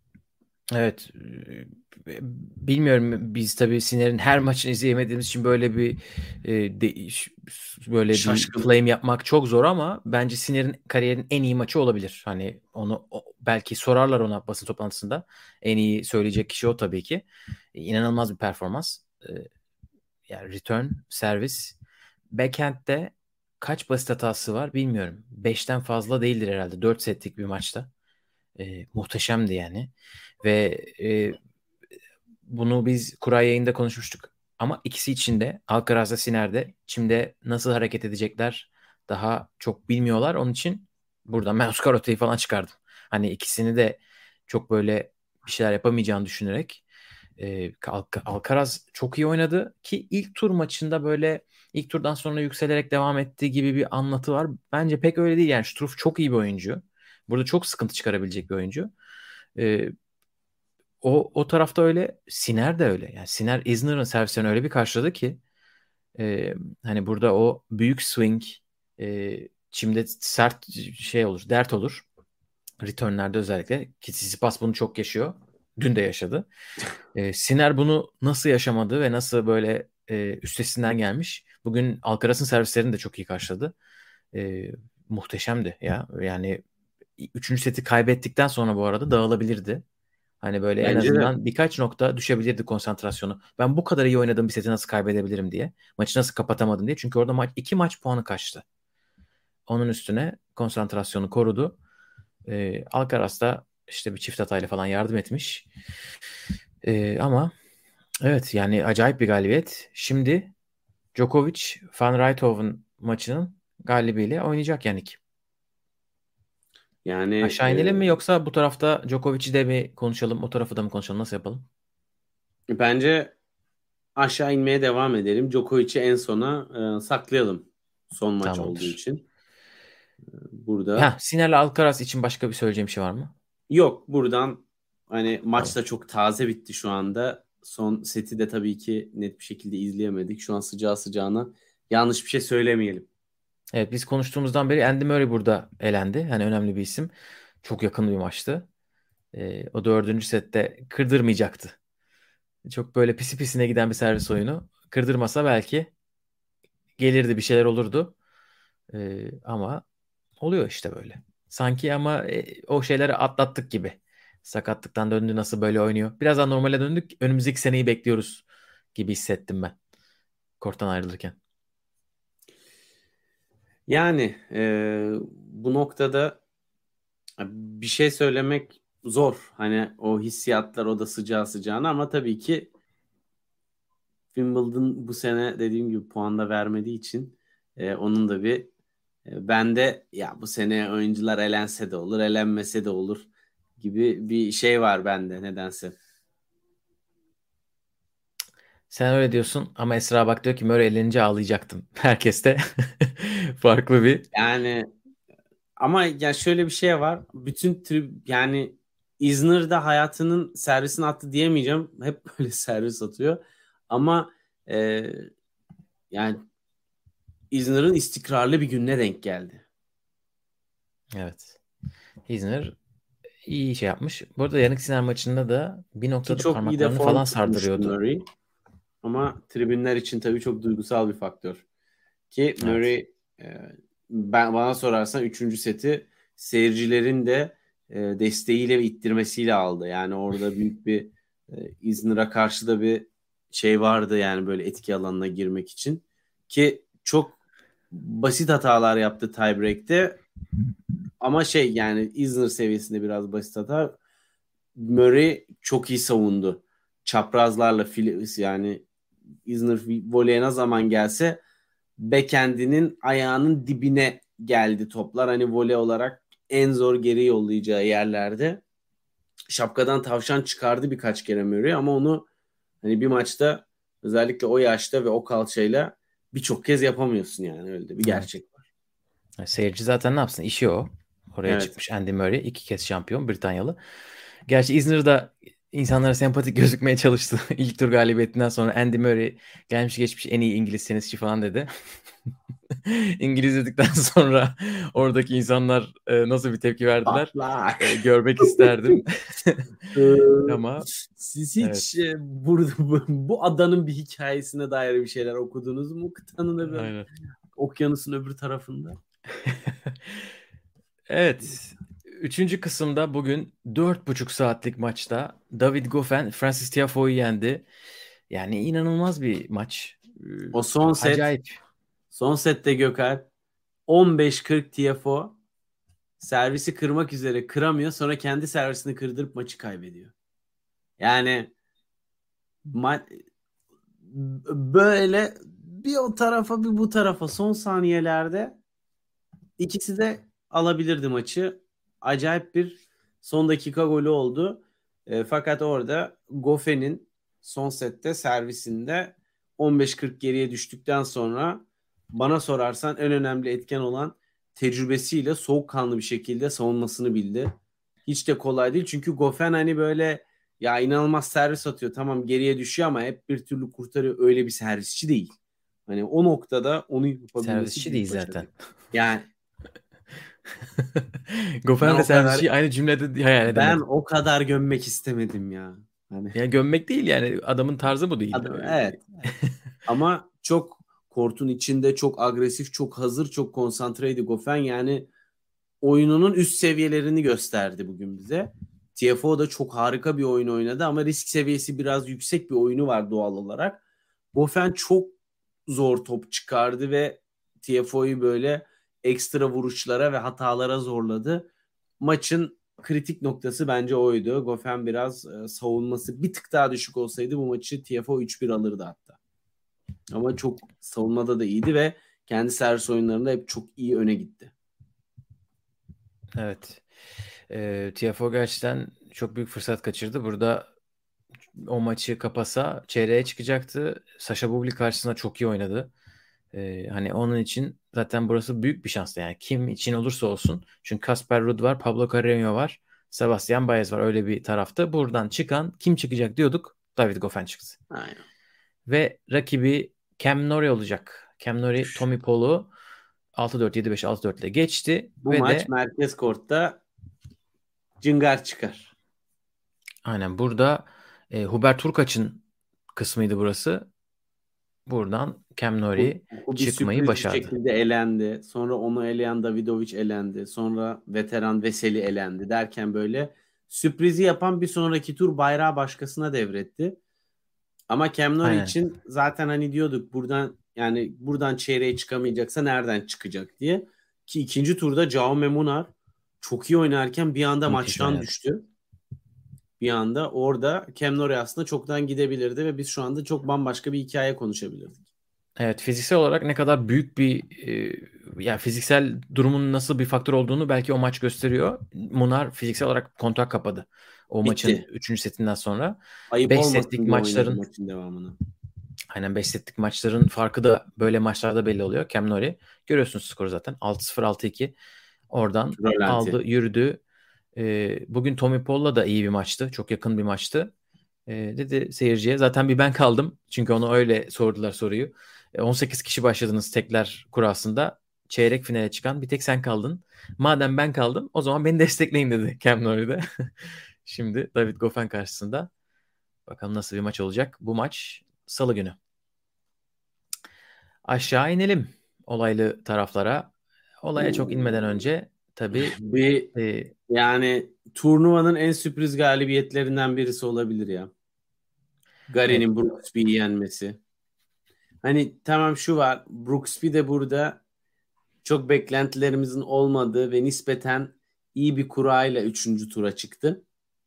Evet. e, Bilmiyorum, biz tabii Sinner'in her maçını izleyemediğimiz için böyle bir e, de- ş- böyle bir
Şaşkın.
claim yapmak çok zor ama bence Sinner'in kariyerinin en iyi maçı olabilir. Hani onu o- belki sorarlar ona basın toplantısında. En iyi söyleyecek kişi o tabii ki. E, İnanılmaz bir performans. E, Yani return, servis. Backhand'de kaç basit hatası var bilmiyorum. Beşten fazla değildir herhalde. Dört setlik bir maçta. E, muhteşemdi yani. Ve e, bunu biz kura yayında konuşmuştuk. Ama ikisi için de Alcaraz'da Sinner'de çimde nasıl hareket edecekler daha çok bilmiyorlar. Onun için buradan ben Oscar Ote'yi falan çıkardım. Hani ikisini de çok böyle bir şeyler yapamayacağını düşünerek e, Al- Alcaraz çok iyi oynadı ki ilk tur maçında böyle ilk turdan sonra yükselerek devam ettiği gibi bir anlatı var. Bence pek öyle değil. Yani Struff çok iyi bir oyuncu. Burada çok sıkıntı çıkarabilecek bir oyuncu. E, o o tarafta öyle. Sinner de öyle. Yani Sinner Isner'ın servislerini öyle bir karşıladı ki e, hani burada o büyük swing e, çimde sert şey olur, dert olur. Return'lerde özellikle. Ki Tsitsipas bunu çok yaşıyor. Dün de yaşadı. E, Sinner bunu nasıl yaşamadı ve nasıl böyle e, üstesinden gelmiş. Bugün Alcaraz'ın servislerini de çok iyi karşıladı. E, Muhteşemdi ya. Yani üçüncü seti kaybettikten sonra bu arada dağılabilirdi. Hani böyle en
Bence de.
azından birkaç nokta düşebilirdi konsantrasyonu. Ben bu kadar iyi oynadığım bir seti nasıl kaybedebilirim diye. Maçı nasıl kapatamadım diye. Çünkü orada maç iki maç puanı kaçtı. Onun üstüne konsantrasyonu korudu. Ee, Alcaraz da işte bir çift hatayla falan yardım etmiş. Ee, ama evet yani acayip bir galibiyet. Şimdi Djokovic Van Rijthoven maçının galibiyle oynayacak Yannick.
Yani
Aşağı
e,
inelim mi yoksa bu tarafta Djokovic'i de mi konuşalım, o tarafı da mı konuşalım? Nasıl yapalım?
bence aşağı inmeye devam edelim. Djokovic'i en sona e, saklayalım. Son maç olduğu
Tamamdır.
için. Burada
Ha, Siner'le Alcaraz için başka bir söyleyeceğim bir şey var mı?
yok, buradan hani maç
Tamam.
da çok taze bitti şu anda. Son seti de tabii ki net bir şekilde izleyemedik. Şu an sıcağı sıcağına yanlış bir şey söylemeyelim.
Evet, biz konuştuğumuzdan beri Andy Murray burada elendi. Hani önemli bir isim. Çok yakın bir maçtı. Ee, o dördüncü sette kırdırmayacaktı. Çok böyle pisi pisine giden bir servis oyunu. Kırdırmasa belki gelirdi, bir şeyler olurdu. Ee, ama oluyor işte böyle. Sanki ama e, o şeyleri atlattık gibi. Sakatlıktan döndü, nasıl böyle oynuyor. Biraz daha normale döndük. Önümüzdeki seneyi bekliyoruz gibi hissettim ben korttan ayrılırken.
Yani e, bu noktada bir şey söylemek zor. Hani o hissiyatlar, o da sıcağı sıcağına, ama tabii ki Wimbledon bu sene dediğim gibi puan da vermediği için e, onun da bir e, bende ya bu sene oyuncular elense de olur, elenmese de olur gibi bir şey var bende nedense.
Sen öyle diyorsun ama Esra bak diyor ki Murray elince ağlayacaktım. Herkes de farklı bir.
Yani ama ya şöyle bir şey var. Bütün trib yani Isner da hayatının servisini attı diyemeyeceğim. Hep böyle servis atıyor. Ama e, yani Isner'ın istikrarlı bir gününe denk geldi.
Evet. Isner iyi şey yapmış. Bu arada Yannick Sinner maçında da bir
Ki
noktada
çok iyi de
parmaklarını
form
falan
tutmuştu
sardırıyordu.
Murray. Ama tribünler için tabii çok duygusal bir faktör. Ki Murray evet. e, ben bana sorarsan üçüncü seti seyircilerin de e, desteğiyle ve ittirmesiyle aldı. Yani orada büyük bir e, Isner'a karşı da bir şey vardı yani böyle etki alanına girmek için. Ki çok basit hatalar yaptı tiebreak'te. Ama şey yani Isner seviyesinde biraz basit hata. Murray çok iyi savundu. Çaprazlarla fil, yani Isner voleye ne zaman gelse backend'inin ayağının dibine geldi toplar. Hani voley olarak en zor geri yollayacağı yerlerde. Şapkadan tavşan çıkardı birkaç kere Murray ama onu hani bir maçta özellikle o yaşta ve o kalçayla birçok kez yapamıyorsun yani öyle de bir gerçek var.
Evet. Seyirci zaten ne yapsın? İşi o. Oraya
Evet.
çıkmış Andy Murray. iki kez şampiyon Britanyalı. Gerçi Isner da insanlara sempatik gözükmeye çalıştı. İlk tur galibiyetinden sonra Andy Murray gelmiş geçmiş en iyi İngiliz tenisçi falan dedi. İngiliz dedikten sonra oradaki insanlar e, nasıl bir tepki verdiler e, görmek isterdim. Ama
siz hiç evet. burada bu, bu adanın bir hikayesine dair bir şeyler okudunuz mu? Kıtanın öbür, okyanusun öbür tarafında.
Evet. Üçüncü kısımda bugün dört buçuk saatlik maçta David Goffin Francis Tiafoe'yu yendi. Yani inanılmaz bir maç.
O son set.
Acayip.
Son sette Gökalp on beş kırk Tiafoe servisi kırmak üzere kıramıyor. Sonra kendi servisini kırdırıp maçı kaybediyor. Yani ma- böyle bir o tarafa bir bu tarafa son saniyelerde ikisi de alabilirdi maçı. Acayip bir son dakika golü oldu. E, fakat orada Goffin'in son sette servisinde on beş kırk geriye düştükten sonra bana sorarsan en önemli etken olan tecrübesiyle soğukkanlı bir şekilde savunmasını bildi. Hiç de kolay değil çünkü Goffin hani böyle ya inanılmaz servis atıyor. Tamam geriye düşüyor ama hep bir türlü kurtarıyor. Öyle bir servisçi değil. Hani o noktada onu yapabilmesi
servisçi değil başarı. Zaten.
Yani
Goffin ve servisçi aynı cümlede hayal edemedim.
Ben o kadar gömmek istemedim ya. Hani
ya gömmek değil yani adamın tarzı bu değil.
Adam, evet. Ama çok kortun içinde çok agresif, çok hazır, çok konsantreydi Goffin. Yani oyununun üst seviyelerini gösterdi bugün bize. Tiafoe da çok harika bir oyun oynadı ama risk seviyesi biraz yüksek bir oyunu var doğal olarak. Goffin çok zor top çıkardı ve Tiafoe'yu böyle ekstra vuruşlara ve hatalara zorladı. Maçın kritik noktası bence oydu. Goffin biraz e, savunması bir tık daha düşük olsaydı bu maçı Tiafoe üç bir alırdı hatta. Ama çok savunmada da iyiydi ve kendi servis oyunlarında hep çok iyi öne gitti.
Evet. E, Tiafoe gerçekten çok büyük fırsat kaçırdı. Burada o maçı kapasa çeyreğe çıkacaktı. Sasha Bublik karşısında çok iyi oynadı. Ee, hani onun için zaten burası büyük bir şans yani kim için olursa olsun. Çünkü Casper Ruud var, Pablo Carreño var, Sebastian Baez var öyle bir tarafta. Buradan çıkan kim çıkacak diyorduk. David Goffin çıktı.
Aynen.
Ve rakibi Cam Norrie olacak. Cam Norrie, Tommy Paul'u altı dört yedi beş altı dört ile geçti.
Bu
ve
maç
de,
merkez kortta cıngar çıkar.
Aynen burada e, Hubert Hurkaç'ın kısmıydı burası. Buradan Cam Norrie
o, o
çıkmayı başardı.
Bir şekilde elendi. Sonra onu eleyen Davidovic elendi. Sonra veteran Veseli elendi derken böyle sürprizi yapan bir sonraki tur bayrağı başkasına devretti. Ama Cam Norrie için zaten hani diyorduk buradan yani buradan çeyreğe çıkamayacaksa nereden çıkacak diye. Ki ikinci turda Jaume Munar çok iyi oynarken bir anda
Müthiş
maçtan
oynadı.
düştü. Bir anda orada Cam Norrie aslında çoktan gidebilirdi ve biz şu anda çok bambaşka bir hikaye konuşabilirdik.
Evet, fiziksel olarak ne kadar büyük bir e, yani fiziksel durumun nasıl bir faktör olduğunu belki o maç gösteriyor. Munar fiziksel olarak kontrat kapadı. O
Bitti.
maçın üçüncü setinden sonra.
Ayıp
beş
olmasın
setlik
diye
maçların
maçın devamını.
Aynen beş setlik maçların farkı da böyle maçlarda belli oluyor. Cam Norrie görüyorsunuz skoru zaten altı sıfır altı iki oradan
Rölanti.
aldı, yürüdü. E, bugün Tommy Paul'la da iyi bir maçtı. Çok yakın bir maçtı. E, dedi seyirciye. Zaten bir ben kaldım. Çünkü onu öyle sordular soruyu. E, on sekiz kişi başladınız tekler kurasında. Çeyrek finale çıkan bir tek sen kaldın. Madem ben kaldım o zaman beni destekleyin dedi Cam Norrie'de. Şimdi David Goffin karşısında. Bakalım nasıl bir maç olacak. Bu maç Salı günü. Aşağı inelim olaylı taraflara. Olaya çok inmeden önce tabii
Bir
e,
yani turnuvanın en sürpriz galibiyetlerinden birisi olabilir ya.
evet,
Gary'nin Brooksby'yi yenmesi. Hani tamam şu var. Brooksby de burada çok beklentilerimizin olmadığı ve nispeten iyi bir kurayla üçüncü tura çıktı.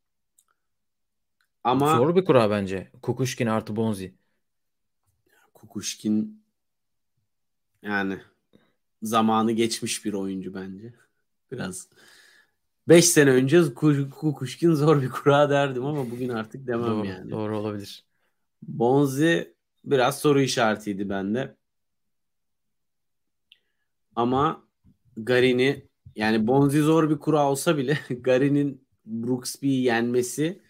Ama
zor bir kura bence. Kukuşkin artı Bonzi.
Kukuşkin yani zamanı geçmiş bir oyuncu bence. Biraz beş sene önce Ku- Kukuşkin zor bir kura derdim ama bugün artık demem
Doğru,
yani.
doğru olabilir.
Bonzi biraz soru işaretiydi bende. Ama Gary'ni yani Bonzi zor bir kura olsa bile Gary'nin Brooksby'yi yenmesi,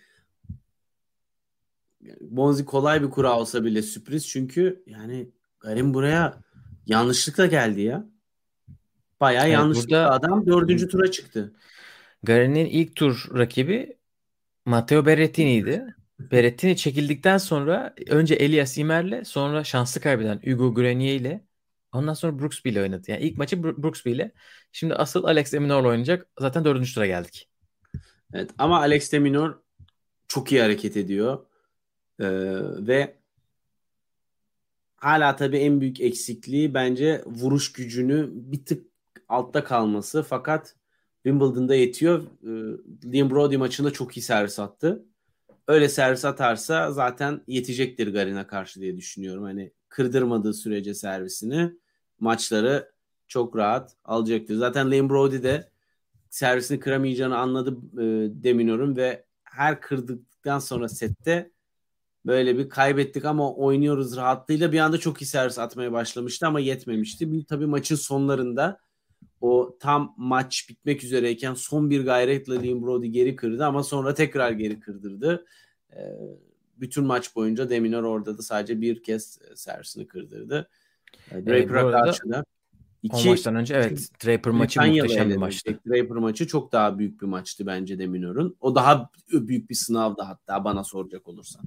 Bonzi kolay bir kura olsa bile sürpriz. Çünkü yani Garin buraya yanlışlıkla geldi ya. Bayağı
Evet,
yanlışlıkla
burada
adam dördüncü tura çıktı.
Garen'in ilk tur rakibi Matteo Berrettini'ydi. Berrettini çekildikten sonra önce Elias Ymer'le sonra şanslı kaybeden Hugo Grenier ile ondan sonra Brooksby ile oynadı. Yani ilk maçı Bro- Brooksby ile. Şimdi asıl Alex de Minaur'la oynayacak. Zaten dördüncü tura geldik.
Evet, ama Alex de Minaur çok iyi hareket ediyor. Ee, ve hala tabii en büyük eksikliği bence vuruş gücünü bir tık altta kalması. Fakat Wimbledon'da yetiyor. Ee, Liam Brody maçında çok iyi servis attı. Öyle servis atarsa zaten yetecektir Garin'e karşı diye düşünüyorum. Hani kırdırmadığı sürece servisini maçları çok rahat alacaktır. Zaten Liam Brody de servisini kıramayacağını anladı e, Demino'nun ve her kırdıktan sonra sette böyle bir kaybettik ama oynuyoruz rahatlığıyla bir anda çok iyi servis atmaya başlamıştı ama yetmemişti. Bir, tabii maçın sonlarında o tam maç bitmek üzereyken son bir gayretle Liam Brody geri kırdı ama sonra tekrar geri kırdırdı. Ee, bütün maç boyunca Deminor orada da sadece bir kez servisini kırdırdı. Ee,
E, bu
Draper'a
arada
karşı da
o
iki
maçtan önce evet Draper maçı
Britanyalı
muhteşem bir
eledi.
maçtı.
Jack Draper maçı çok daha büyük bir maçtı bence Deminor'un. O daha büyük bir sınavdı hatta bana soracak olursan.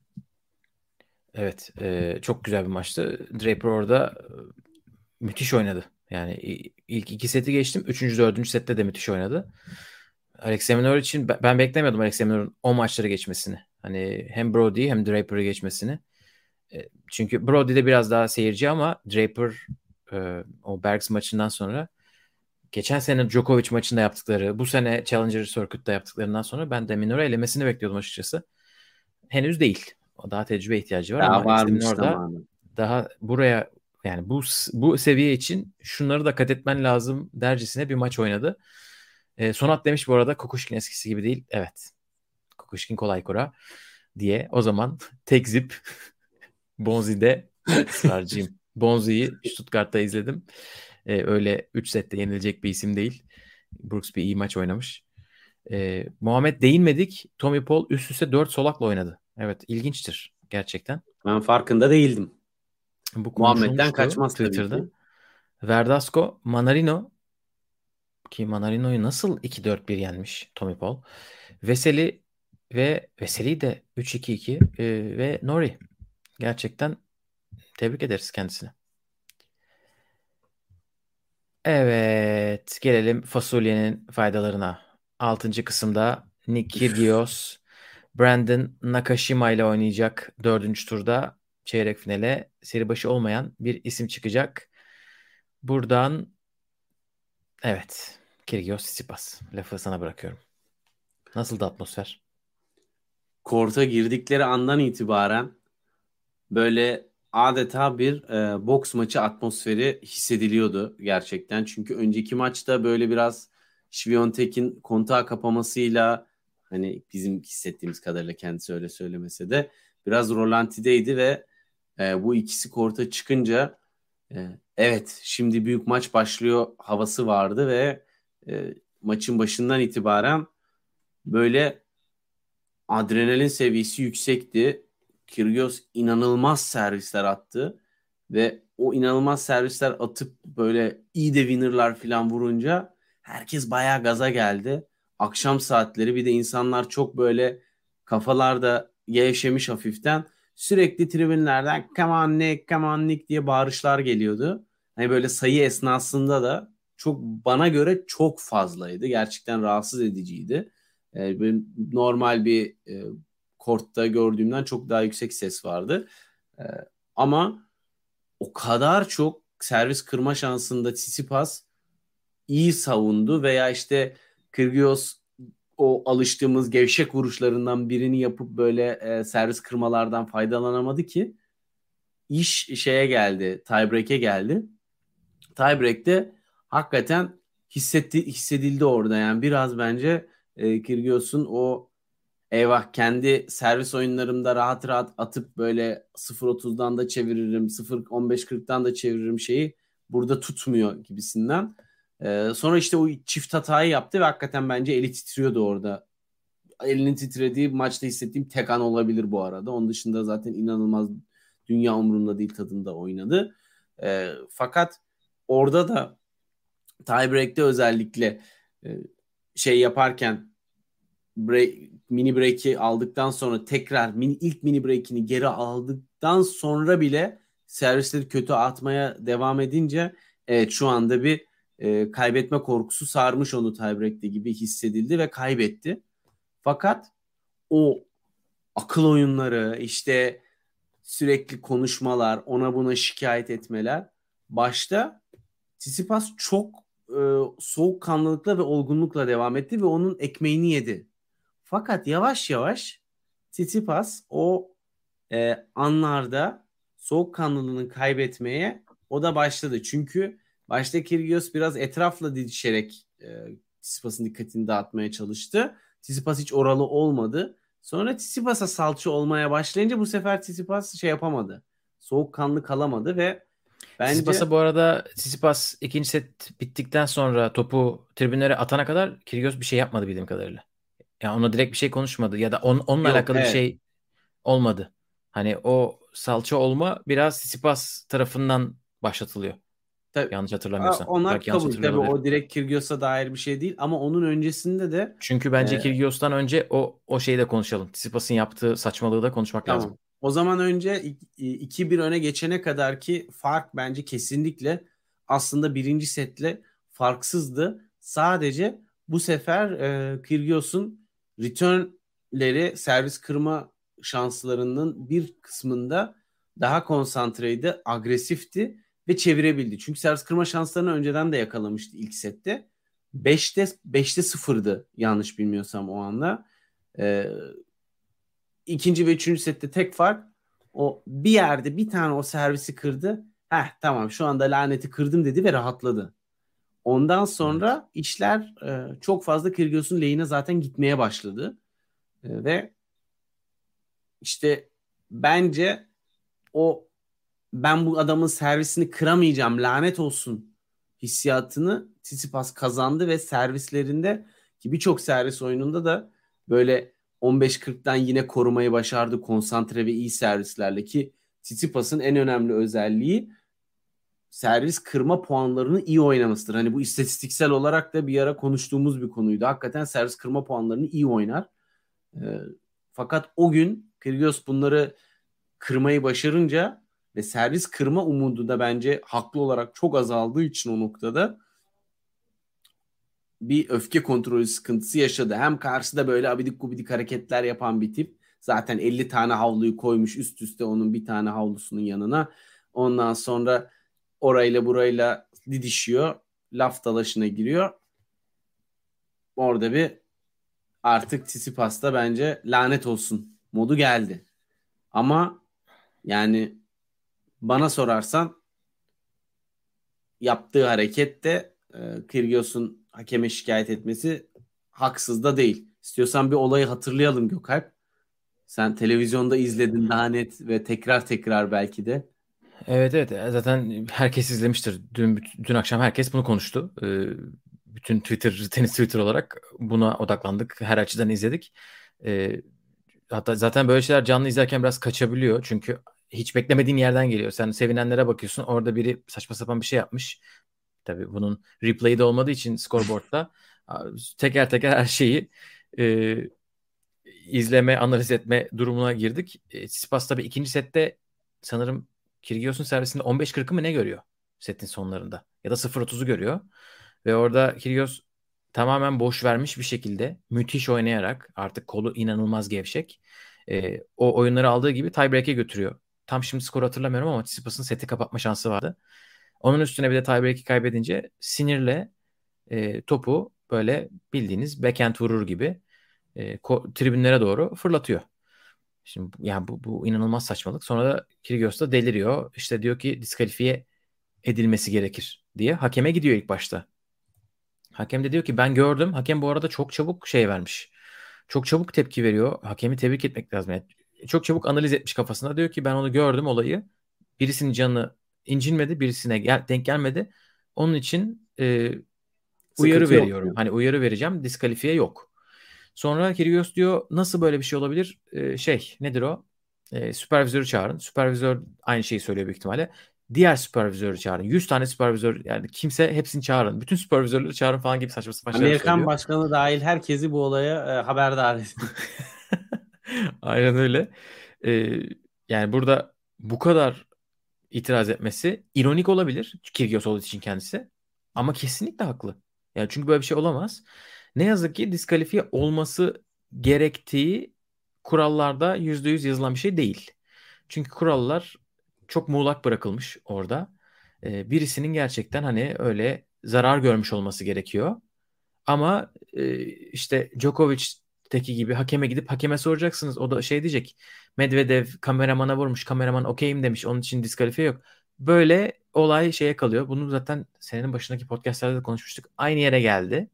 Evet, e, çok güzel bir maçtı. Draper orada e, müthiş oynadı. Yani i- ilk iki seti geçtim. Üçüncü, dördüncü sette de müthiş oynadı. Alex de Minaur için ben ben beklemiyordum Alex de Minaur'un o maçları geçmesini. Hani hem Brody'yi hem Draper'ı geçmesini. E, Çünkü Brody de biraz daha seyirci ama Draper e, o Bergs maçından sonra geçen sene Djokovic maçında yaptıkları, bu sene Challenger Circuit'ta yaptıklarından sonra ben de Minaur'u elemesini bekliyordum açıkçası. Henüz değil. O daha tecrübe ihtiyacı var ama
Daha
Alex de
varmış
Minaur da
zamanı.
daha buraya yani bu bu seviye için şunları da kat etmen lazım dercesine bir maç oynadı. E, Sonat demiş bu arada Kukuşkin eskisi gibi değil. Evet. Kukuşkin kolay kura diye. O zaman tek zip Bonzi'de ısrarcıyım. Bonzi'yi Stuttgart'ta izledim. E, öyle üç sette yenilecek bir isim değil. Brooks bir iyi maç oynamış. E, Muhammed değinmedik. Tommy Paul üst üste dört solakla oynadı. Evet, ilginçtir gerçekten.
Ben farkında değildim.
Bu
Muhammed'den
konuşulmuştu
kaçmaz tabii
Twitter'da.
ki.
Verdasco, Manarino ki Manarino'yu nasıl iki dört bir yenmiş Tommy Paul. Veseli ve Veseli de üç iki iki e, ve Nori. Gerçekten tebrik ederiz kendisine. Evet, gelelim fasulyenin faydalarına. Altıncı kısımda Nick Kyrgios, Brandon Nakashima ile oynayacak dördüncü turda çeyrek finale seri başı olmayan bir isim çıkacak. Buradan evet, Kyrgios Tsitsipas. Lafı sana bırakıyorum. Nasıl da atmosfer?
Korta girdikleri andan itibaren böyle adeta bir e, boks maçı atmosferi hissediliyordu gerçekten. Çünkü önceki maçta böyle biraz Świątek'in kontağı kapamasıyla hani bizim hissettiğimiz kadarıyla kendisi öyle söylemese de biraz rolantideydi ve e, bu ikisi korta çıkınca e, evet şimdi büyük maç başlıyor havası vardı ve e, maçın başından itibaren böyle adrenalin seviyesi yüksekti. Kyrgios inanılmaz servisler attı ve o inanılmaz servisler atıp böyle iyi de winner'lar falan vurunca herkes bayağı gaza geldi. Akşam saatleri bir de insanlar çok böyle kafalarda gevşemiş hafiften. Sürekli tribünlerden come on Nick, come on Nick diye bağırışlar geliyordu. Hani böyle sayı esnasında da çok bana göre çok fazlaydı. Gerçekten rahatsız ediciydi. Ee, böyle normal bir e, kortta gördüğümden çok daha yüksek ses vardı. Ee, ama o kadar çok servis kırma şansında Tsitsipas iyi savundu veya işte Kyrgios o alıştığımız gevşek vuruşlarından birini yapıp böyle e, servis kırmalardan faydalanamadı ki iş şeye geldi, tiebreak'e geldi. Tiebreak'te hakikaten hissetti, hissedildi orada yani biraz bence e, Kyrgios'un o eyvah kendi servis oyunlarımda rahat rahat atıp böyle sıfır otuzdan da çeviririm, sıfır on beş kırktan da çeviririm şeyi burada tutmuyor gibisinden. Ee, sonra işte o çift hatayı yaptı ve hakikaten bence eli titriyordu orada. Elinin titrediği maçta hissettiğim tek an olabilir bu arada. Onun dışında zaten inanılmaz dünya umurunda değil tadında oynadı. Ee, fakat orada da tiebreak'te özellikle e, şey yaparken break, mini break'i aldıktan sonra tekrar mini, ilk mini break'ini geri aldıktan sonra bile servisleri kötü atmaya devam edince evet şu anda bir e, kaybetme korkusu sarmış onu tiebreak'te gibi hissedildi ve kaybetti. Fakat o akıl oyunları işte sürekli konuşmalar ona buna şikayet etmeler başta Tsitsipas çok e, soğukkanlılıkla ve olgunlukla devam etti ve onun ekmeğini yedi. Fakat yavaş yavaş Tsitsipas o e, anlarda soğukkanlılığını kaybetmeye o da başladı. Çünkü başta Kyrgios biraz etrafla didişerek e, Tsitsipas'ın dikkatini dağıtmaya çalıştı. Tsitsipas hiç oralı olmadı. Sonra Tsitsipas'a salça olmaya başlayınca bu sefer Tsitsipas şey yapamadı. Soğukkanlı kalamadı ve
Tsitsipas'a
bence
bu arada Tsitsipas ikinci set bittikten sonra topu tribünlere atana kadar Kyrgios bir şey yapmadı bildiğim kadarıyla. Yani ona direkt bir şey konuşmadı ya da on, onunla
yok
alakalı bir
evet.
şey olmadı. Hani o salça olma biraz Tsitsipas tarafından başlatılıyor.
Tabii,
Yanlış hatırlamıyorsam.
ona
Belki yanlış
kabul.
hatırlıyor
Tabii
olabilirim.
o direkt Kyrgios'a dair bir şey değil ama onun öncesinde de
Çünkü bence
e,
Kyrgios'tan önce o o şeyi de konuşalım. Tsitsipas'ın yaptığı saçmalığı da konuşmak lazım.
tamam. O zaman önce iki bir öne geçene kadar ki fark bence kesinlikle aslında birinci setle farksızdı. Sadece bu sefer e, Kyrgios'un returnleri servis kırma şanslarının bir kısmında daha konsantreydi, agresifti ve çevirebildi. Çünkü servis kırma şanslarını önceden de yakalamıştı ilk sette. beşte beşte sıfırdı yanlış bilmiyorsam o anda. E, ikinci ve üçüncü sette tek fark o bir yerde bir tane o servisi kırdı. Heh tamam şu anda laneti kırdım dedi ve rahatladı. Ondan
Evet.
sonra işler e, çok fazla Kyrgios'un lehine zaten gitmeye başladı. E, ve işte bence o ben bu adamın servisini kıramayacağım lanet olsun hissiyatını Tsitsipas kazandı ve servislerinde ki birçok servis oyununda da böyle on beş kırktan yine korumayı başardı konsantre ve iyi servislerle ki Tsitsipas'ın en önemli özelliği servis kırma puanlarını iyi oynamasıdır. Hani bu istatistiksel olarak da bir ara konuştuğumuz bir konuydu. Hakikaten servis kırma puanlarını iyi oynar. Ee, fakat o gün Kyrgios bunları kırmayı başarınca ve servis kırma umudu da bence haklı olarak çok azaldığı için o noktada bir öfke kontrolü sıkıntısı yaşadı. Hem karşıda böyle abidik gubidik hareketler yapan bir tip. Zaten elli tane havluyu koymuş üst üste onun bir tane havlusunun yanına. Ondan sonra orayla burayla didişiyor. Laf dalaşına giriyor. Orada bir artık Tsitsipas'ta bence lanet olsun modu geldi. Ama yani bana sorarsan yaptığı hareket de e, Kyrgios'un hakeme şikayet etmesi haksız da değil. İstiyorsan bir olayı hatırlayalım Gökalp. Sen televizyonda izledin daha net ve tekrar tekrar belki de.
Evet evet zaten herkes izlemiştir. Dün dün akşam herkes bunu konuştu. Ee, bütün Twitter, tenis Twitter olarak buna odaklandık. Her açıdan izledik. E, hatta zaten böyle şeyler canlı izlerken biraz kaçabiliyor. Çünkü hiç beklemediğin yerden geliyor. Sen sevinenlere bakıyorsun. Orada biri saçma sapan bir şey yapmış. Tabii bunun replay'i de olmadığı için scoreboard'da teker teker her şeyi e, izleme, analiz etme durumuna girdik. E, Tsitsipas tabii ikinci sette sanırım Kyrgios'un servisinde on beş kırkı mı ne görüyor setin sonlarında? Ya da sıfır otuzu görüyor. Ve orada Kyrgios tamamen boş vermiş bir şekilde müthiş oynayarak artık kolu inanılmaz gevşek. E, o oyunları aldığı gibi tiebreak'e götürüyor. Tam şimdi skoru hatırlamıyorum ama Tsitsipas'ın seti kapatma şansı vardı. Onun üstüne bir de tiebreak'i kaybedince sinirle e, topu böyle bildiğiniz backhand vurur gibi e, ko- tribünlere doğru fırlatıyor. Şimdi yani bu, bu inanılmaz saçmalık. Sonra da Kyrgios da deliriyor. İşte diyor ki diskalifiye edilmesi gerekir diye. Hakeme gidiyor ilk başta. Hakem de diyor ki ben gördüm. Hakem bu arada çok çabuk şey vermiş. Çok çabuk tepki veriyor. Hakemi tebrik etmek lazım. Yani çok çabuk analiz etmiş kafasında. Diyor ki ben onu gördüm olayı. Birisinin canı incinmedi. Birisine gel- denk gelmedi. Onun için e, uyarı
Sıkıntı yok
veriyorum.
diyor.
Hani uyarı vereceğim. Diskalifiye yok. Sonra Kyrgios diyor nasıl böyle bir şey olabilir? Ee, şey nedir o? Ee, süpervizörü çağırın. Süpervizör aynı şeyi söylüyor büyük ihtimalle. Diğer süpervizörü çağırın. yüz tane süpervizör yani kimse hepsini çağırın. Bütün süpervizörleri çağırın falan gibi saçma sapan şeyler
Amerikan
söylüyor.
başkanı dahil herkesi bu olaya e, haberdar edin.
Aynen öyle. Ee, yani burada bu kadar itiraz etmesi ironik olabilir. Kyrgios olduğu için kendisi. Ama kesinlikle haklı. Yani çünkü böyle bir şey olamaz. Ne yazık ki diskalifiye olması gerektiği kurallarda yüzde yüz yazılan bir şey değil. Çünkü kurallar çok muğlak bırakılmış orada. Ee, birisinin gerçekten hani öyle zarar görmüş olması gerekiyor. Ama e, işte Djokovic'teki gibi hakeme gidip hakeme soracaksınız. O da şey diyecek. Medvedev kameramana vurmuş. Kameraman okeyim demiş. Onun için diskalifiye yok. Böyle olay şeye kalıyor. Bunu zaten senenin başındaki podcastlerde de konuşmuştuk. Aynı yere geldi.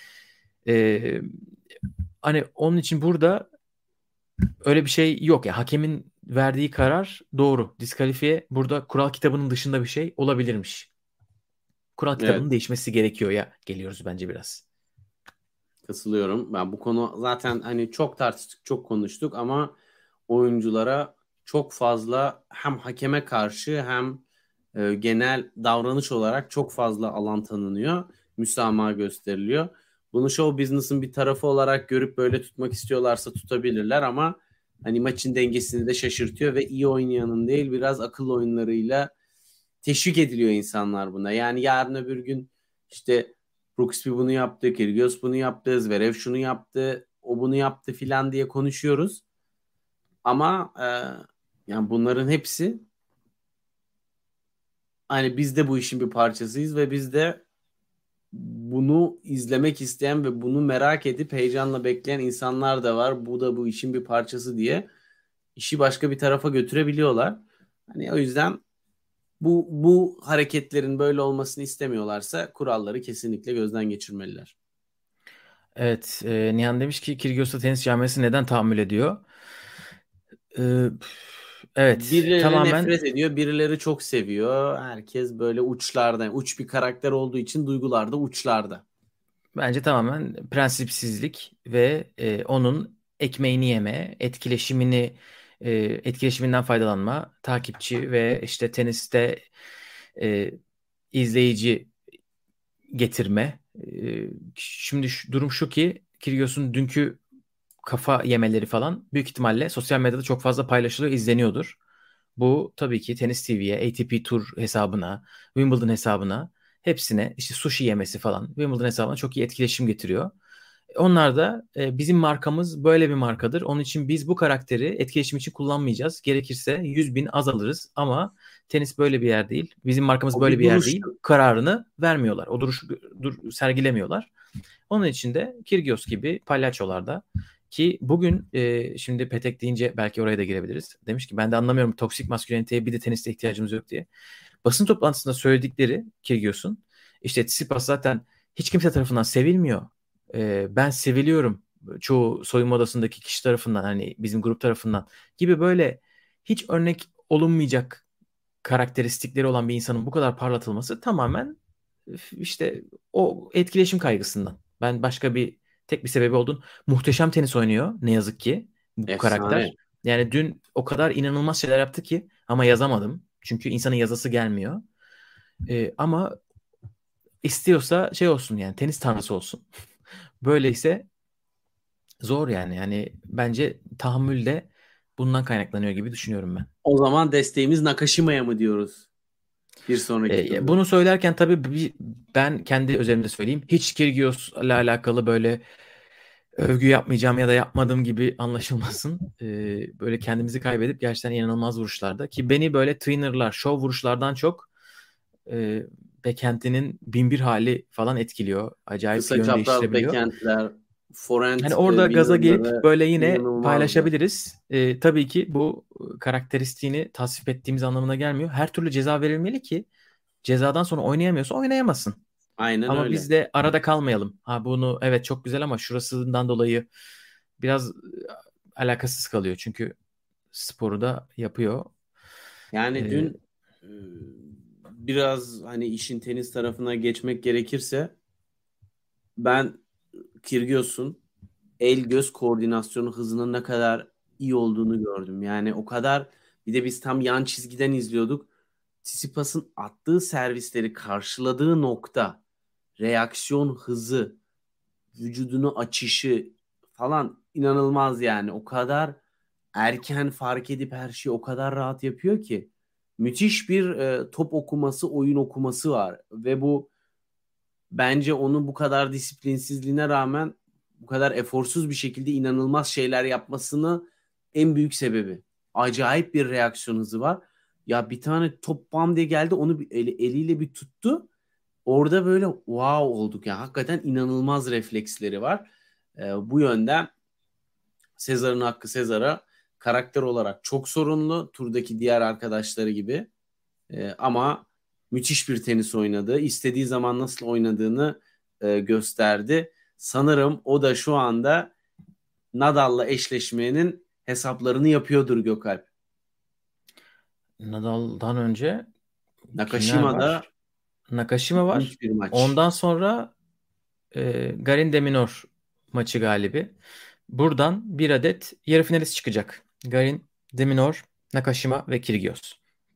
Ee, hani onun için burada öyle bir şey yok. Yani hakemin verdiği karar doğru. Diskalifiye burada kural kitabının dışında bir şey olabilirmiş. Kural kitabının
Evet,
değişmesi gerekiyor ya. Geliyoruz bence biraz.
katılıyorum. Ben bu konu zaten hani çok tartıştık, çok konuştuk ama oyunculara çok fazla hem hakeme karşı hem e, genel davranış olarak çok fazla alan tanınıyor. Müsamaha gösteriliyor. Bunu show business'ın bir tarafı olarak görüp böyle tutmak istiyorlarsa tutabilirler ama hani maçın dengesini de şaşırtıyor ve iyi oynayanın değil biraz akıllı oyunlarıyla teşvik ediliyor insanlar buna. Yani yarın öbür gün işte Brooksby bunu yaptı, Kyrgios bunu yaptı, Zverev şunu yaptı, o bunu yaptı filan diye konuşuyoruz. Ama e, yani bunların hepsi hani biz de bu işin bir parçasıyız ve biz de bunu izlemek isteyen ve bunu merak edip heyecanla bekleyen insanlar da var. Bu da bu işin bir parçası diye işi başka bir tarafa götürebiliyorlar. Hani o yüzden bu bu hareketlerin böyle olmasını istemiyorlarsa kuralları kesinlikle gözden geçirmeliler.
Evet, e, Nihan demiş ki Kyrgios'ta tenis camiası neden tahammül ediyor? Ee, evet,
Birileri
tamamen
nefret ediyor, birileri çok seviyor. Herkes böyle uçlarda, uç bir karakter olduğu için duygularda uçlarda.
bence tamamen prensipsizlik ve e, onun ekmeğini yeme, etkileşimini e, etkileşiminden faydalanma, takipçi ve işte teniste e, izleyici getirme. E, şimdi şu, durum şu ki Kyrgios'un dünkü kafa yemeleri falan büyük ihtimalle sosyal medyada çok fazla paylaşılıyor, izleniyordur. Bu tabii ki Tenis T V'ye, A T P Tour hesabına, Wimbledon hesabına, hepsine işte sushi yemesi falan Wimbledon hesabına çok iyi etkileşim getiriyor. Onlar da e, bizim markamız böyle bir markadır. Onun için biz bu karakteri etkileşim için kullanmayacağız. Gerekirse yüz bin az alırız ama tenis böyle bir yer değil. Bizim markamız
O
böyle
bir
bir yer değil.
duruştu.
Kararını vermiyorlar. O duruş dur, sergilemiyorlar. Onun için de Kyrgios gibi palyaçolarda ki bugün e, şimdi Petek deyince belki oraya da girebiliriz. Demiş ki ben de anlamıyorum toksik masküleniteye bir de teniste ihtiyacımız yok diye. Basın toplantısında söyledikleri Kyrgios'un işte Tsitsipas zaten hiç kimse tarafından sevilmiyor. E, ben seviliyorum çoğu soyunma odasındaki kişi tarafından hani bizim grup tarafından gibi böyle hiç örnek olunmayacak karakteristikleri olan bir insanın bu kadar parlatılması tamamen işte o etkileşim kaygısından. Ben başka bir tek bir sebebi olduğunu. Muhteşem tenis oynuyor ne yazık ki bu karakter.
Efsane.
Yani dün o kadar inanılmaz şeyler yaptı ki ama yazamadım. Çünkü insanın yazası gelmiyor. Ee, ama istiyorsa şey olsun yani tenis tanrısı olsun. Böyleyse zor yani. Yani bence tahammül de bundan kaynaklanıyor gibi düşünüyorum ben.
O zaman desteğimiz Nakashima'ya mı diyoruz? Bir sonraki
Ee,
turda.
bunu söylerken tabii bir, ben kendi özelimde söyleyeyim. Hiç Kyrgios'la alakalı böyle övgü yapmayacağım ya da yapmadığım gibi anlaşılmasın. Ee, böyle kendimizi kaybedip gerçekten inanılmaz vuruşlarda. Ki beni böyle twinner'lar, şov vuruşlardan çok e, backhand'inin bin bir hali falan etkiliyor. Acayip
Kısa
yön
çapraz
değiştirebiliyor.
backhandler, forehand
Hani
e,
orada gaza gelip
winner'ları
böyle yine
inanılmazdı.
paylaşabiliriz. Ee, tabii ki bu karakteristiğini tasvip ettiğimiz anlamına gelmiyor. Her türlü ceza verilmeli ki cezadan sonra oynayamıyorsa oynayamasın.
Aynen
Ama
öyle.
biz de arada kalmayalım. Ha bunu evet çok güzel ama şurasından dolayı biraz e, alakasız kalıyor. Çünkü sporu da yapıyor.
Yani
Ee,
dün e, biraz hani işin tenis tarafına geçmek gerekirse ben Kyrgios'un el göz koordinasyonu hızının ne kadar iyi olduğunu gördüm. Yani o kadar, bir de biz tam yan çizgiden izliyorduk. Tsitsipas'ın attığı servisleri karşıladığı nokta, reaksiyon hızı, vücudunu açışı falan inanılmaz yani. O kadar erken fark edip her şeyi o kadar rahat yapıyor ki. Müthiş bir e, top okuması, oyun okuması var ve bu bence onun bu kadar disiplinsizliğine rağmen bu kadar eforsuz bir şekilde inanılmaz şeyler yapmasını en büyük sebebi. Acayip bir reaksiyon hızı var. Ya bir tane top bam diye geldi, onu bir eli, eliyle bir tuttu. Orada böyle wow olduk ya. Hakikaten inanılmaz refleksleri var. Ee, bu yönden Sezar'ın hakkı Sezar'a, karakter olarak çok sorunlu. Turdaki diğer arkadaşları gibi. Ee, ama müthiş bir tenis oynadı. İstediği zaman nasıl oynadığını e, gösterdi. Sanırım o da şu anda Nadal'la eşleşmenin hesaplarını yapıyordur Gökalp.
Nadal'dan önce kimler
Nakashima'da
var? Nakashima var.
ilginç bir maç.
Ondan sonra e, Garin de Minaur maçı galibi. Buradan bir adet yarı finalist çıkacak. Garin, de Minaur, Nakashima ve Kyrgios.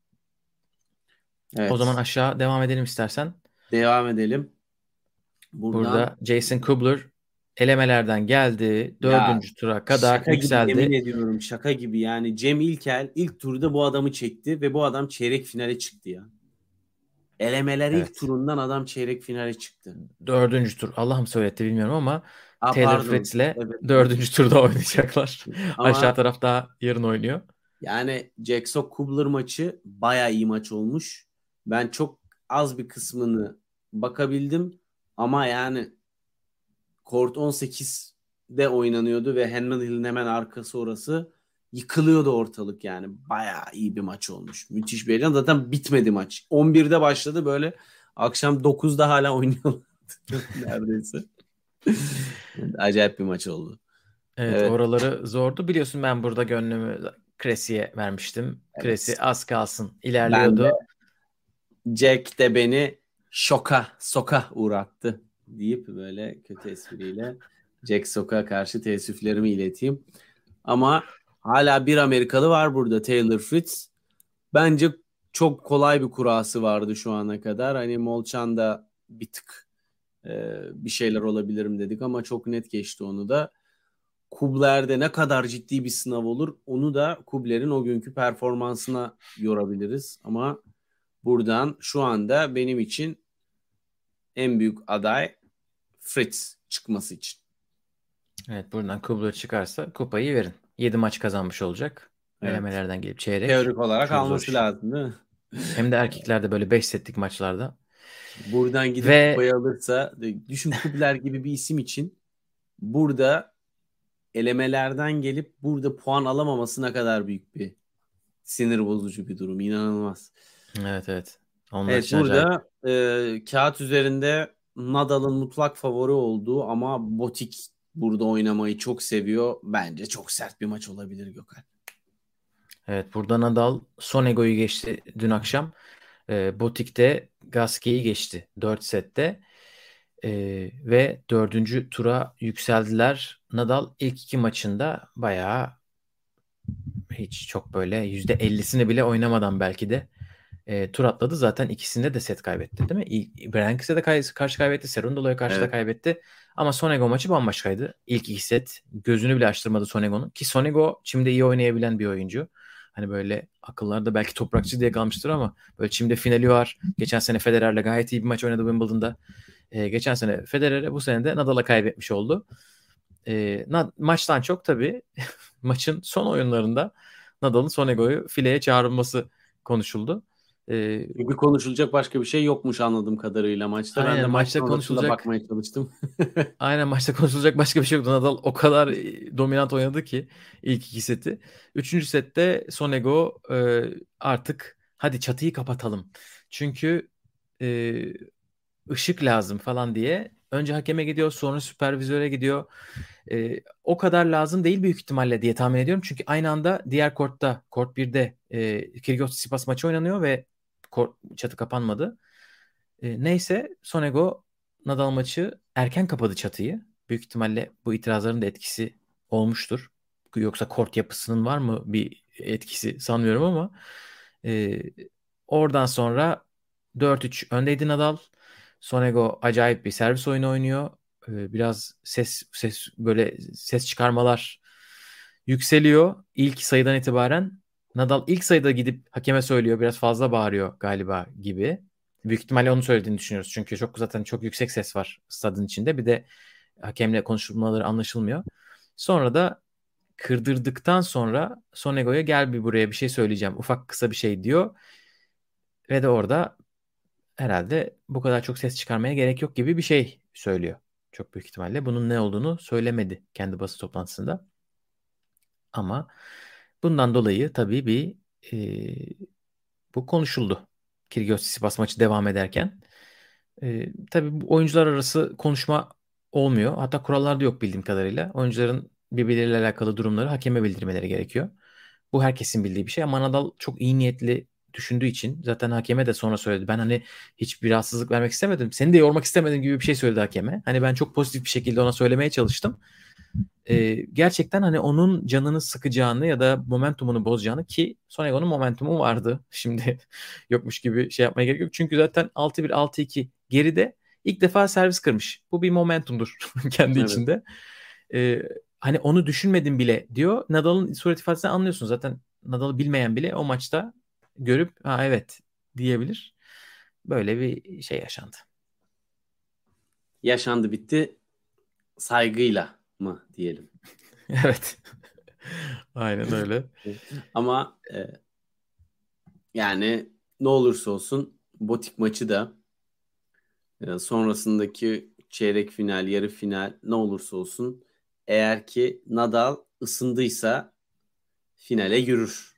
O zaman
Evet.
aşağı devam edelim istersen.
Devam edelim. Buradan
Burada Jason Kubler elemelerden geldi.
ya
Dördüncü tura kadar
şaka gibi, yemin
yükseldi.
ediyorum şaka gibi. Yani Cem İlkel ilk turda bu adamı çekti ve bu adam çeyrek finale çıktı ya. Elemeler ilk
Evet.
turundan adam çeyrek finale çıktı.
Dördüncü tur. Allah'ım söyletti bilmiyorum ama
Aa,
Taylor
pardon.
Fritz'le
Evet.
dördüncü turda oynayacaklar. Aşağı
Ama
taraf daha yarın oynuyor.
yani Jack Sock Kubler maçı baya iyi maç olmuş. Ben çok az bir kısmını bakabildim ama yani Kort on sekizde oynanıyordu ve Henry Hill'in hemen arkası orası. Yıkılıyordu ortalık yani. Bayağı iyi bir maç olmuş. Müthiş bir heyecan. Zaten bitmedi maç. on birde başladı, böyle akşam dokuzda hala oynuyorlardı neredeyse. Acayip bir maç oldu.
Evet,
Evet.
oraları zordu. Biliyorsun ben burada gönlümü Cressy'e vermiştim. Cressy
Evet.
az kalsın
Ben de
ilerliyordu.
Jack de beni şoka, soka uğrattı deyip böyle kötü espriyle Jack Sock'a karşı teessüflerimi ileteyim. Ama hala bir Amerikalı var burada, Taylor Fritz. Bence çok kolay bir kurası vardı şu ana kadar. Hani Molchan'da bir tık e, bir şeyler olabilirim dedik ama çok net geçti onu da. Kubler'de ne kadar ciddi bir sınav olur onu da Kubler'in o günkü performansına yorabiliriz. Ama buradan şu anda benim için en büyük aday Fritz çıkması için.
Evet, buradan Kubler çıkarsa kupayı verin. yedi maç kazanmış olacak.
Evet.
Elemelerden gelip çeyrek.
Teorik olarak
Çok zor
alması
iş.
lazım değil mi?
Hem de erkeklerde böyle beş setlik maçlarda.
Buradan gidip
Ve
kupayı alırsa, düşün Kubler gibi bir isim için burada elemelerden gelip burada puan alamaması ne kadar büyük bir sinir bozucu bir durum. İnanılmaz.
evet evet. Onlar
Evet,
için acayip.
burada e, kağıt üzerinde Nadal'ın mutlak favori olduğu ama Botik burada oynamayı çok seviyor. Bence çok sert bir maç olabilir Gökhan.
Evet, burada Nadal Sonego'yu geçti dün akşam. E, Botik'te Gasquet'i geçti dört sette. E, ve dördüncü tura yükseldiler. Nadal ilk iki maçında bayağı hiç çok böyle yüzde ellisini bile oynamadan belki de e, tur atladı. Zaten ikisinde de set kaybetti değil mi? İlk, Berankis'e de kay- karşı kaybetti. Cerundolo'ya karşı da
Evet.
kaybetti. Ama Sonego maçı bambaşkaydı. İlk iki set gözünü bile açtırmadı Sonego'nun. Ki Sonego çimde iyi oynayabilen bir oyuncu. Hani böyle akıllarda belki toprakçı diye kalmıştır ama böyle çimde finali var. Geçen sene Federer'le gayet iyi bir maç oynadı Wimbledon'da. E, geçen sene Federer'e, bu sene de Nadal'a kaybetmiş oldu. E, na- maçtan çok tabii maçın son oyunlarında Nadal'ın Sonego'yu fileye çağrılması konuşuldu. E,
Çünkü konuşulacak başka bir şey yokmuş anladığım kadarıyla maçta. Ben de
aynen
maç
maçta
sonrasında
konuşulacak
bakmaya çalıştım.
aynen maçta konuşulacak başka bir şey yoktu. Nadal o kadar e, dominant oynadı ki ilk iki seti. Üçüncü sette Sonego e, artık hadi çatıyı kapatalım. Çünkü e, ışık lazım falan diye önce hakeme gidiyor, sonra süpervizöre gidiyor. E, o kadar lazım değil büyük ihtimalle diye tahmin ediyorum. Çünkü aynı anda diğer kortta, kort birde e, Kyrgios-Tsitsipas maçı oynanıyor ve kort, çatı kapanmadı. E, neyse Sonego Nadal maçı erken kapadı çatıyı. Büyük ihtimalle bu itirazların da etkisi olmuştur. Yoksa kort yapısının var mı bir etkisi sanmıyorum ama e, oradan sonra dört üç öndeydi Nadal. Sonego acayip bir servis oyunu oynuyor. E, biraz ses ses böyle ses çıkarmalar yükseliyor. İlk sayıdan itibaren Nadal ilk sayıda gidip hakeme söylüyor. Biraz fazla bağırıyor galiba gibi. Büyük ihtimalle onu söylediğini düşünüyoruz. Çünkü çok zaten çok yüksek ses var stadın içinde. Bir de hakemle konuşulmaları anlaşılmıyor. Sonra da kırdırdıktan sonra Sonego'ya gel bir buraya bir şey söyleyeceğim. Ufak kısa bir şey diyor. Ve de orada herhalde bu kadar çok ses çıkarmaya gerek yok gibi bir şey söylüyor. Çok büyük ihtimalle bunun ne olduğunu söylemedi kendi basın toplantısında. Ama bundan dolayı tabii bir e, bu konuşuldu. Kyrgios-Tsitsipas maçı devam ederken. E, tabii bu oyuncular arası konuşma olmuyor. Hatta kurallarda yok bildiğim kadarıyla. Oyuncuların birbirleriyle alakalı durumları hakeme bildirmeleri gerekiyor. Bu herkesin bildiği bir şey ama Nadal çok iyi niyetli düşündüğü için zaten hakeme de sonra söyledi. Ben hani hiçbir rahatsızlık vermek istemedim. Seni de yormak istemedim gibi bir şey söyledi hakeme. Hani ben çok pozitif bir şekilde ona söylemeye çalıştım. Ee, gerçekten hani onun canını sıkacağını ya da momentumunu bozacağını, ki Sonego'nun momentumu vardı. Şimdi yokmuş gibi şey yapmaya gerek yok. Çünkü zaten altı bir altı iki geride ilk defa servis kırmış. Bu bir momentumdur kendi
Evet.
içinde. Ee, hani onu düşünmedim bile diyor. Nadal'ın surat ifadesinden anlıyorsun. Zaten Nadal'ı bilmeyen bile o maçta görüp ha evet diyebilir. Böyle bir şey yaşandı.
Yaşandı bitti saygıyla mı diyelim.
Evet. Aynen öyle.
Ama e, yani ne olursa olsun Botik maçı da e, sonrasındaki çeyrek final, yarı final ne olursa olsun eğer ki Nadal ısındıysa finale yürür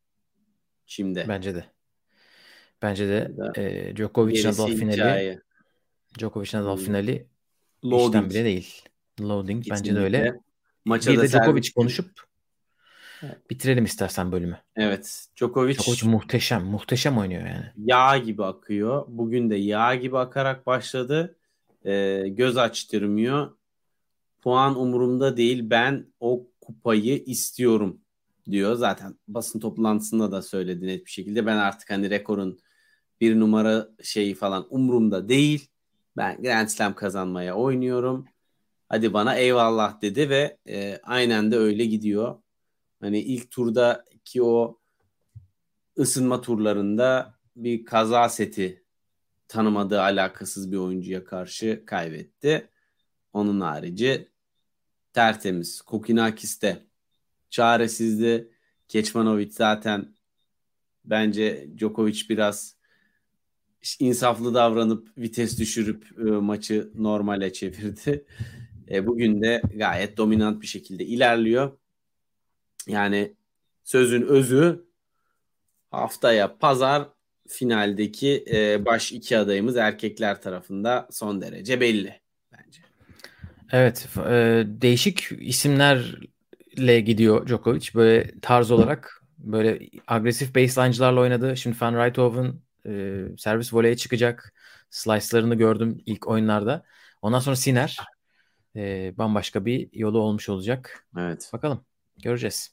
şimdi.
Bence de. Bence de
Ya da
e, Djokovic Nadal
gerisi
finali
hikaye.
Djokovic Nadal
Hmm.
finali işten
Loading
bile değil. Loading bence de öyle.
kesinlikle. Maça
Bir
da
de Djokovic
servis.
konuşup bitirelim istersen bölümü.
Evet.
Djokovic
Djokovic
muhteşem, muhteşem oynuyor yani.
yağ gibi akıyor. Bugün de yağ gibi akarak başladı. Ee, göz açtırmıyor. Puan umurumda değil. Ben o kupayı istiyorum diyor. Zaten basın toplantısında da söyledi net bir şekilde. Ben artık hani rekorun bir numara şeyi falan umurumda değil. Ben Grand Slam kazanmaya oynuyorum. Hadi bana eyvallah dedi ve e, aynen de öyle gidiyor. Hani ilk turdaki o ısınma turlarında bir kaza seti tanımadığı alakasız bir oyuncuya karşı kaybetti. Onun harici tertemiz. Kokinakis de çaresizdi. Keçmanovic zaten bence Djokovic biraz insaflı davranıp vites düşürüp e, maçı normale çevirdi. E, bugün de gayet dominant bir şekilde ilerliyor. Yani sözün özü haftaya pazar finaldeki e, baş iki adayımız erkekler tarafında son derece belli bence.
Evet, f- e, değişik isimlerle gidiyor Djokovic. Böyle tarz olarak böyle agresif baseline'cılarla oynadı. Şimdi Van Rijthoven e, servis voleye çıkacak. Slice'larını gördüm ilk oyunlarda. Ondan sonra Sinner. E, bambaşka bir yolu olmuş olacak.
Evet.
Bakalım. Göreceğiz.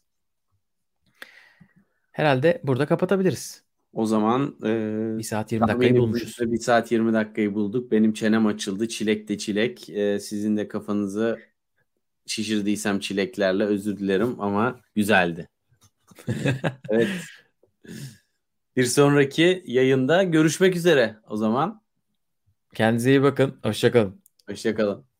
Herhalde burada kapatabiliriz.
O zaman e,
bir saat yirmi dakikayı bulmuşuz.
bir saat yirmi dakikayı bulduk. Benim çenem açıldı. Çilek de çilek. E, sizin de kafanızı şişirdiysem çileklerle özür dilerim ama güzeldi. Evet. Bir sonraki yayında görüşmek üzere o zaman.
Kendinize iyi bakın. Hoşça kalın.
Hoşça kalın.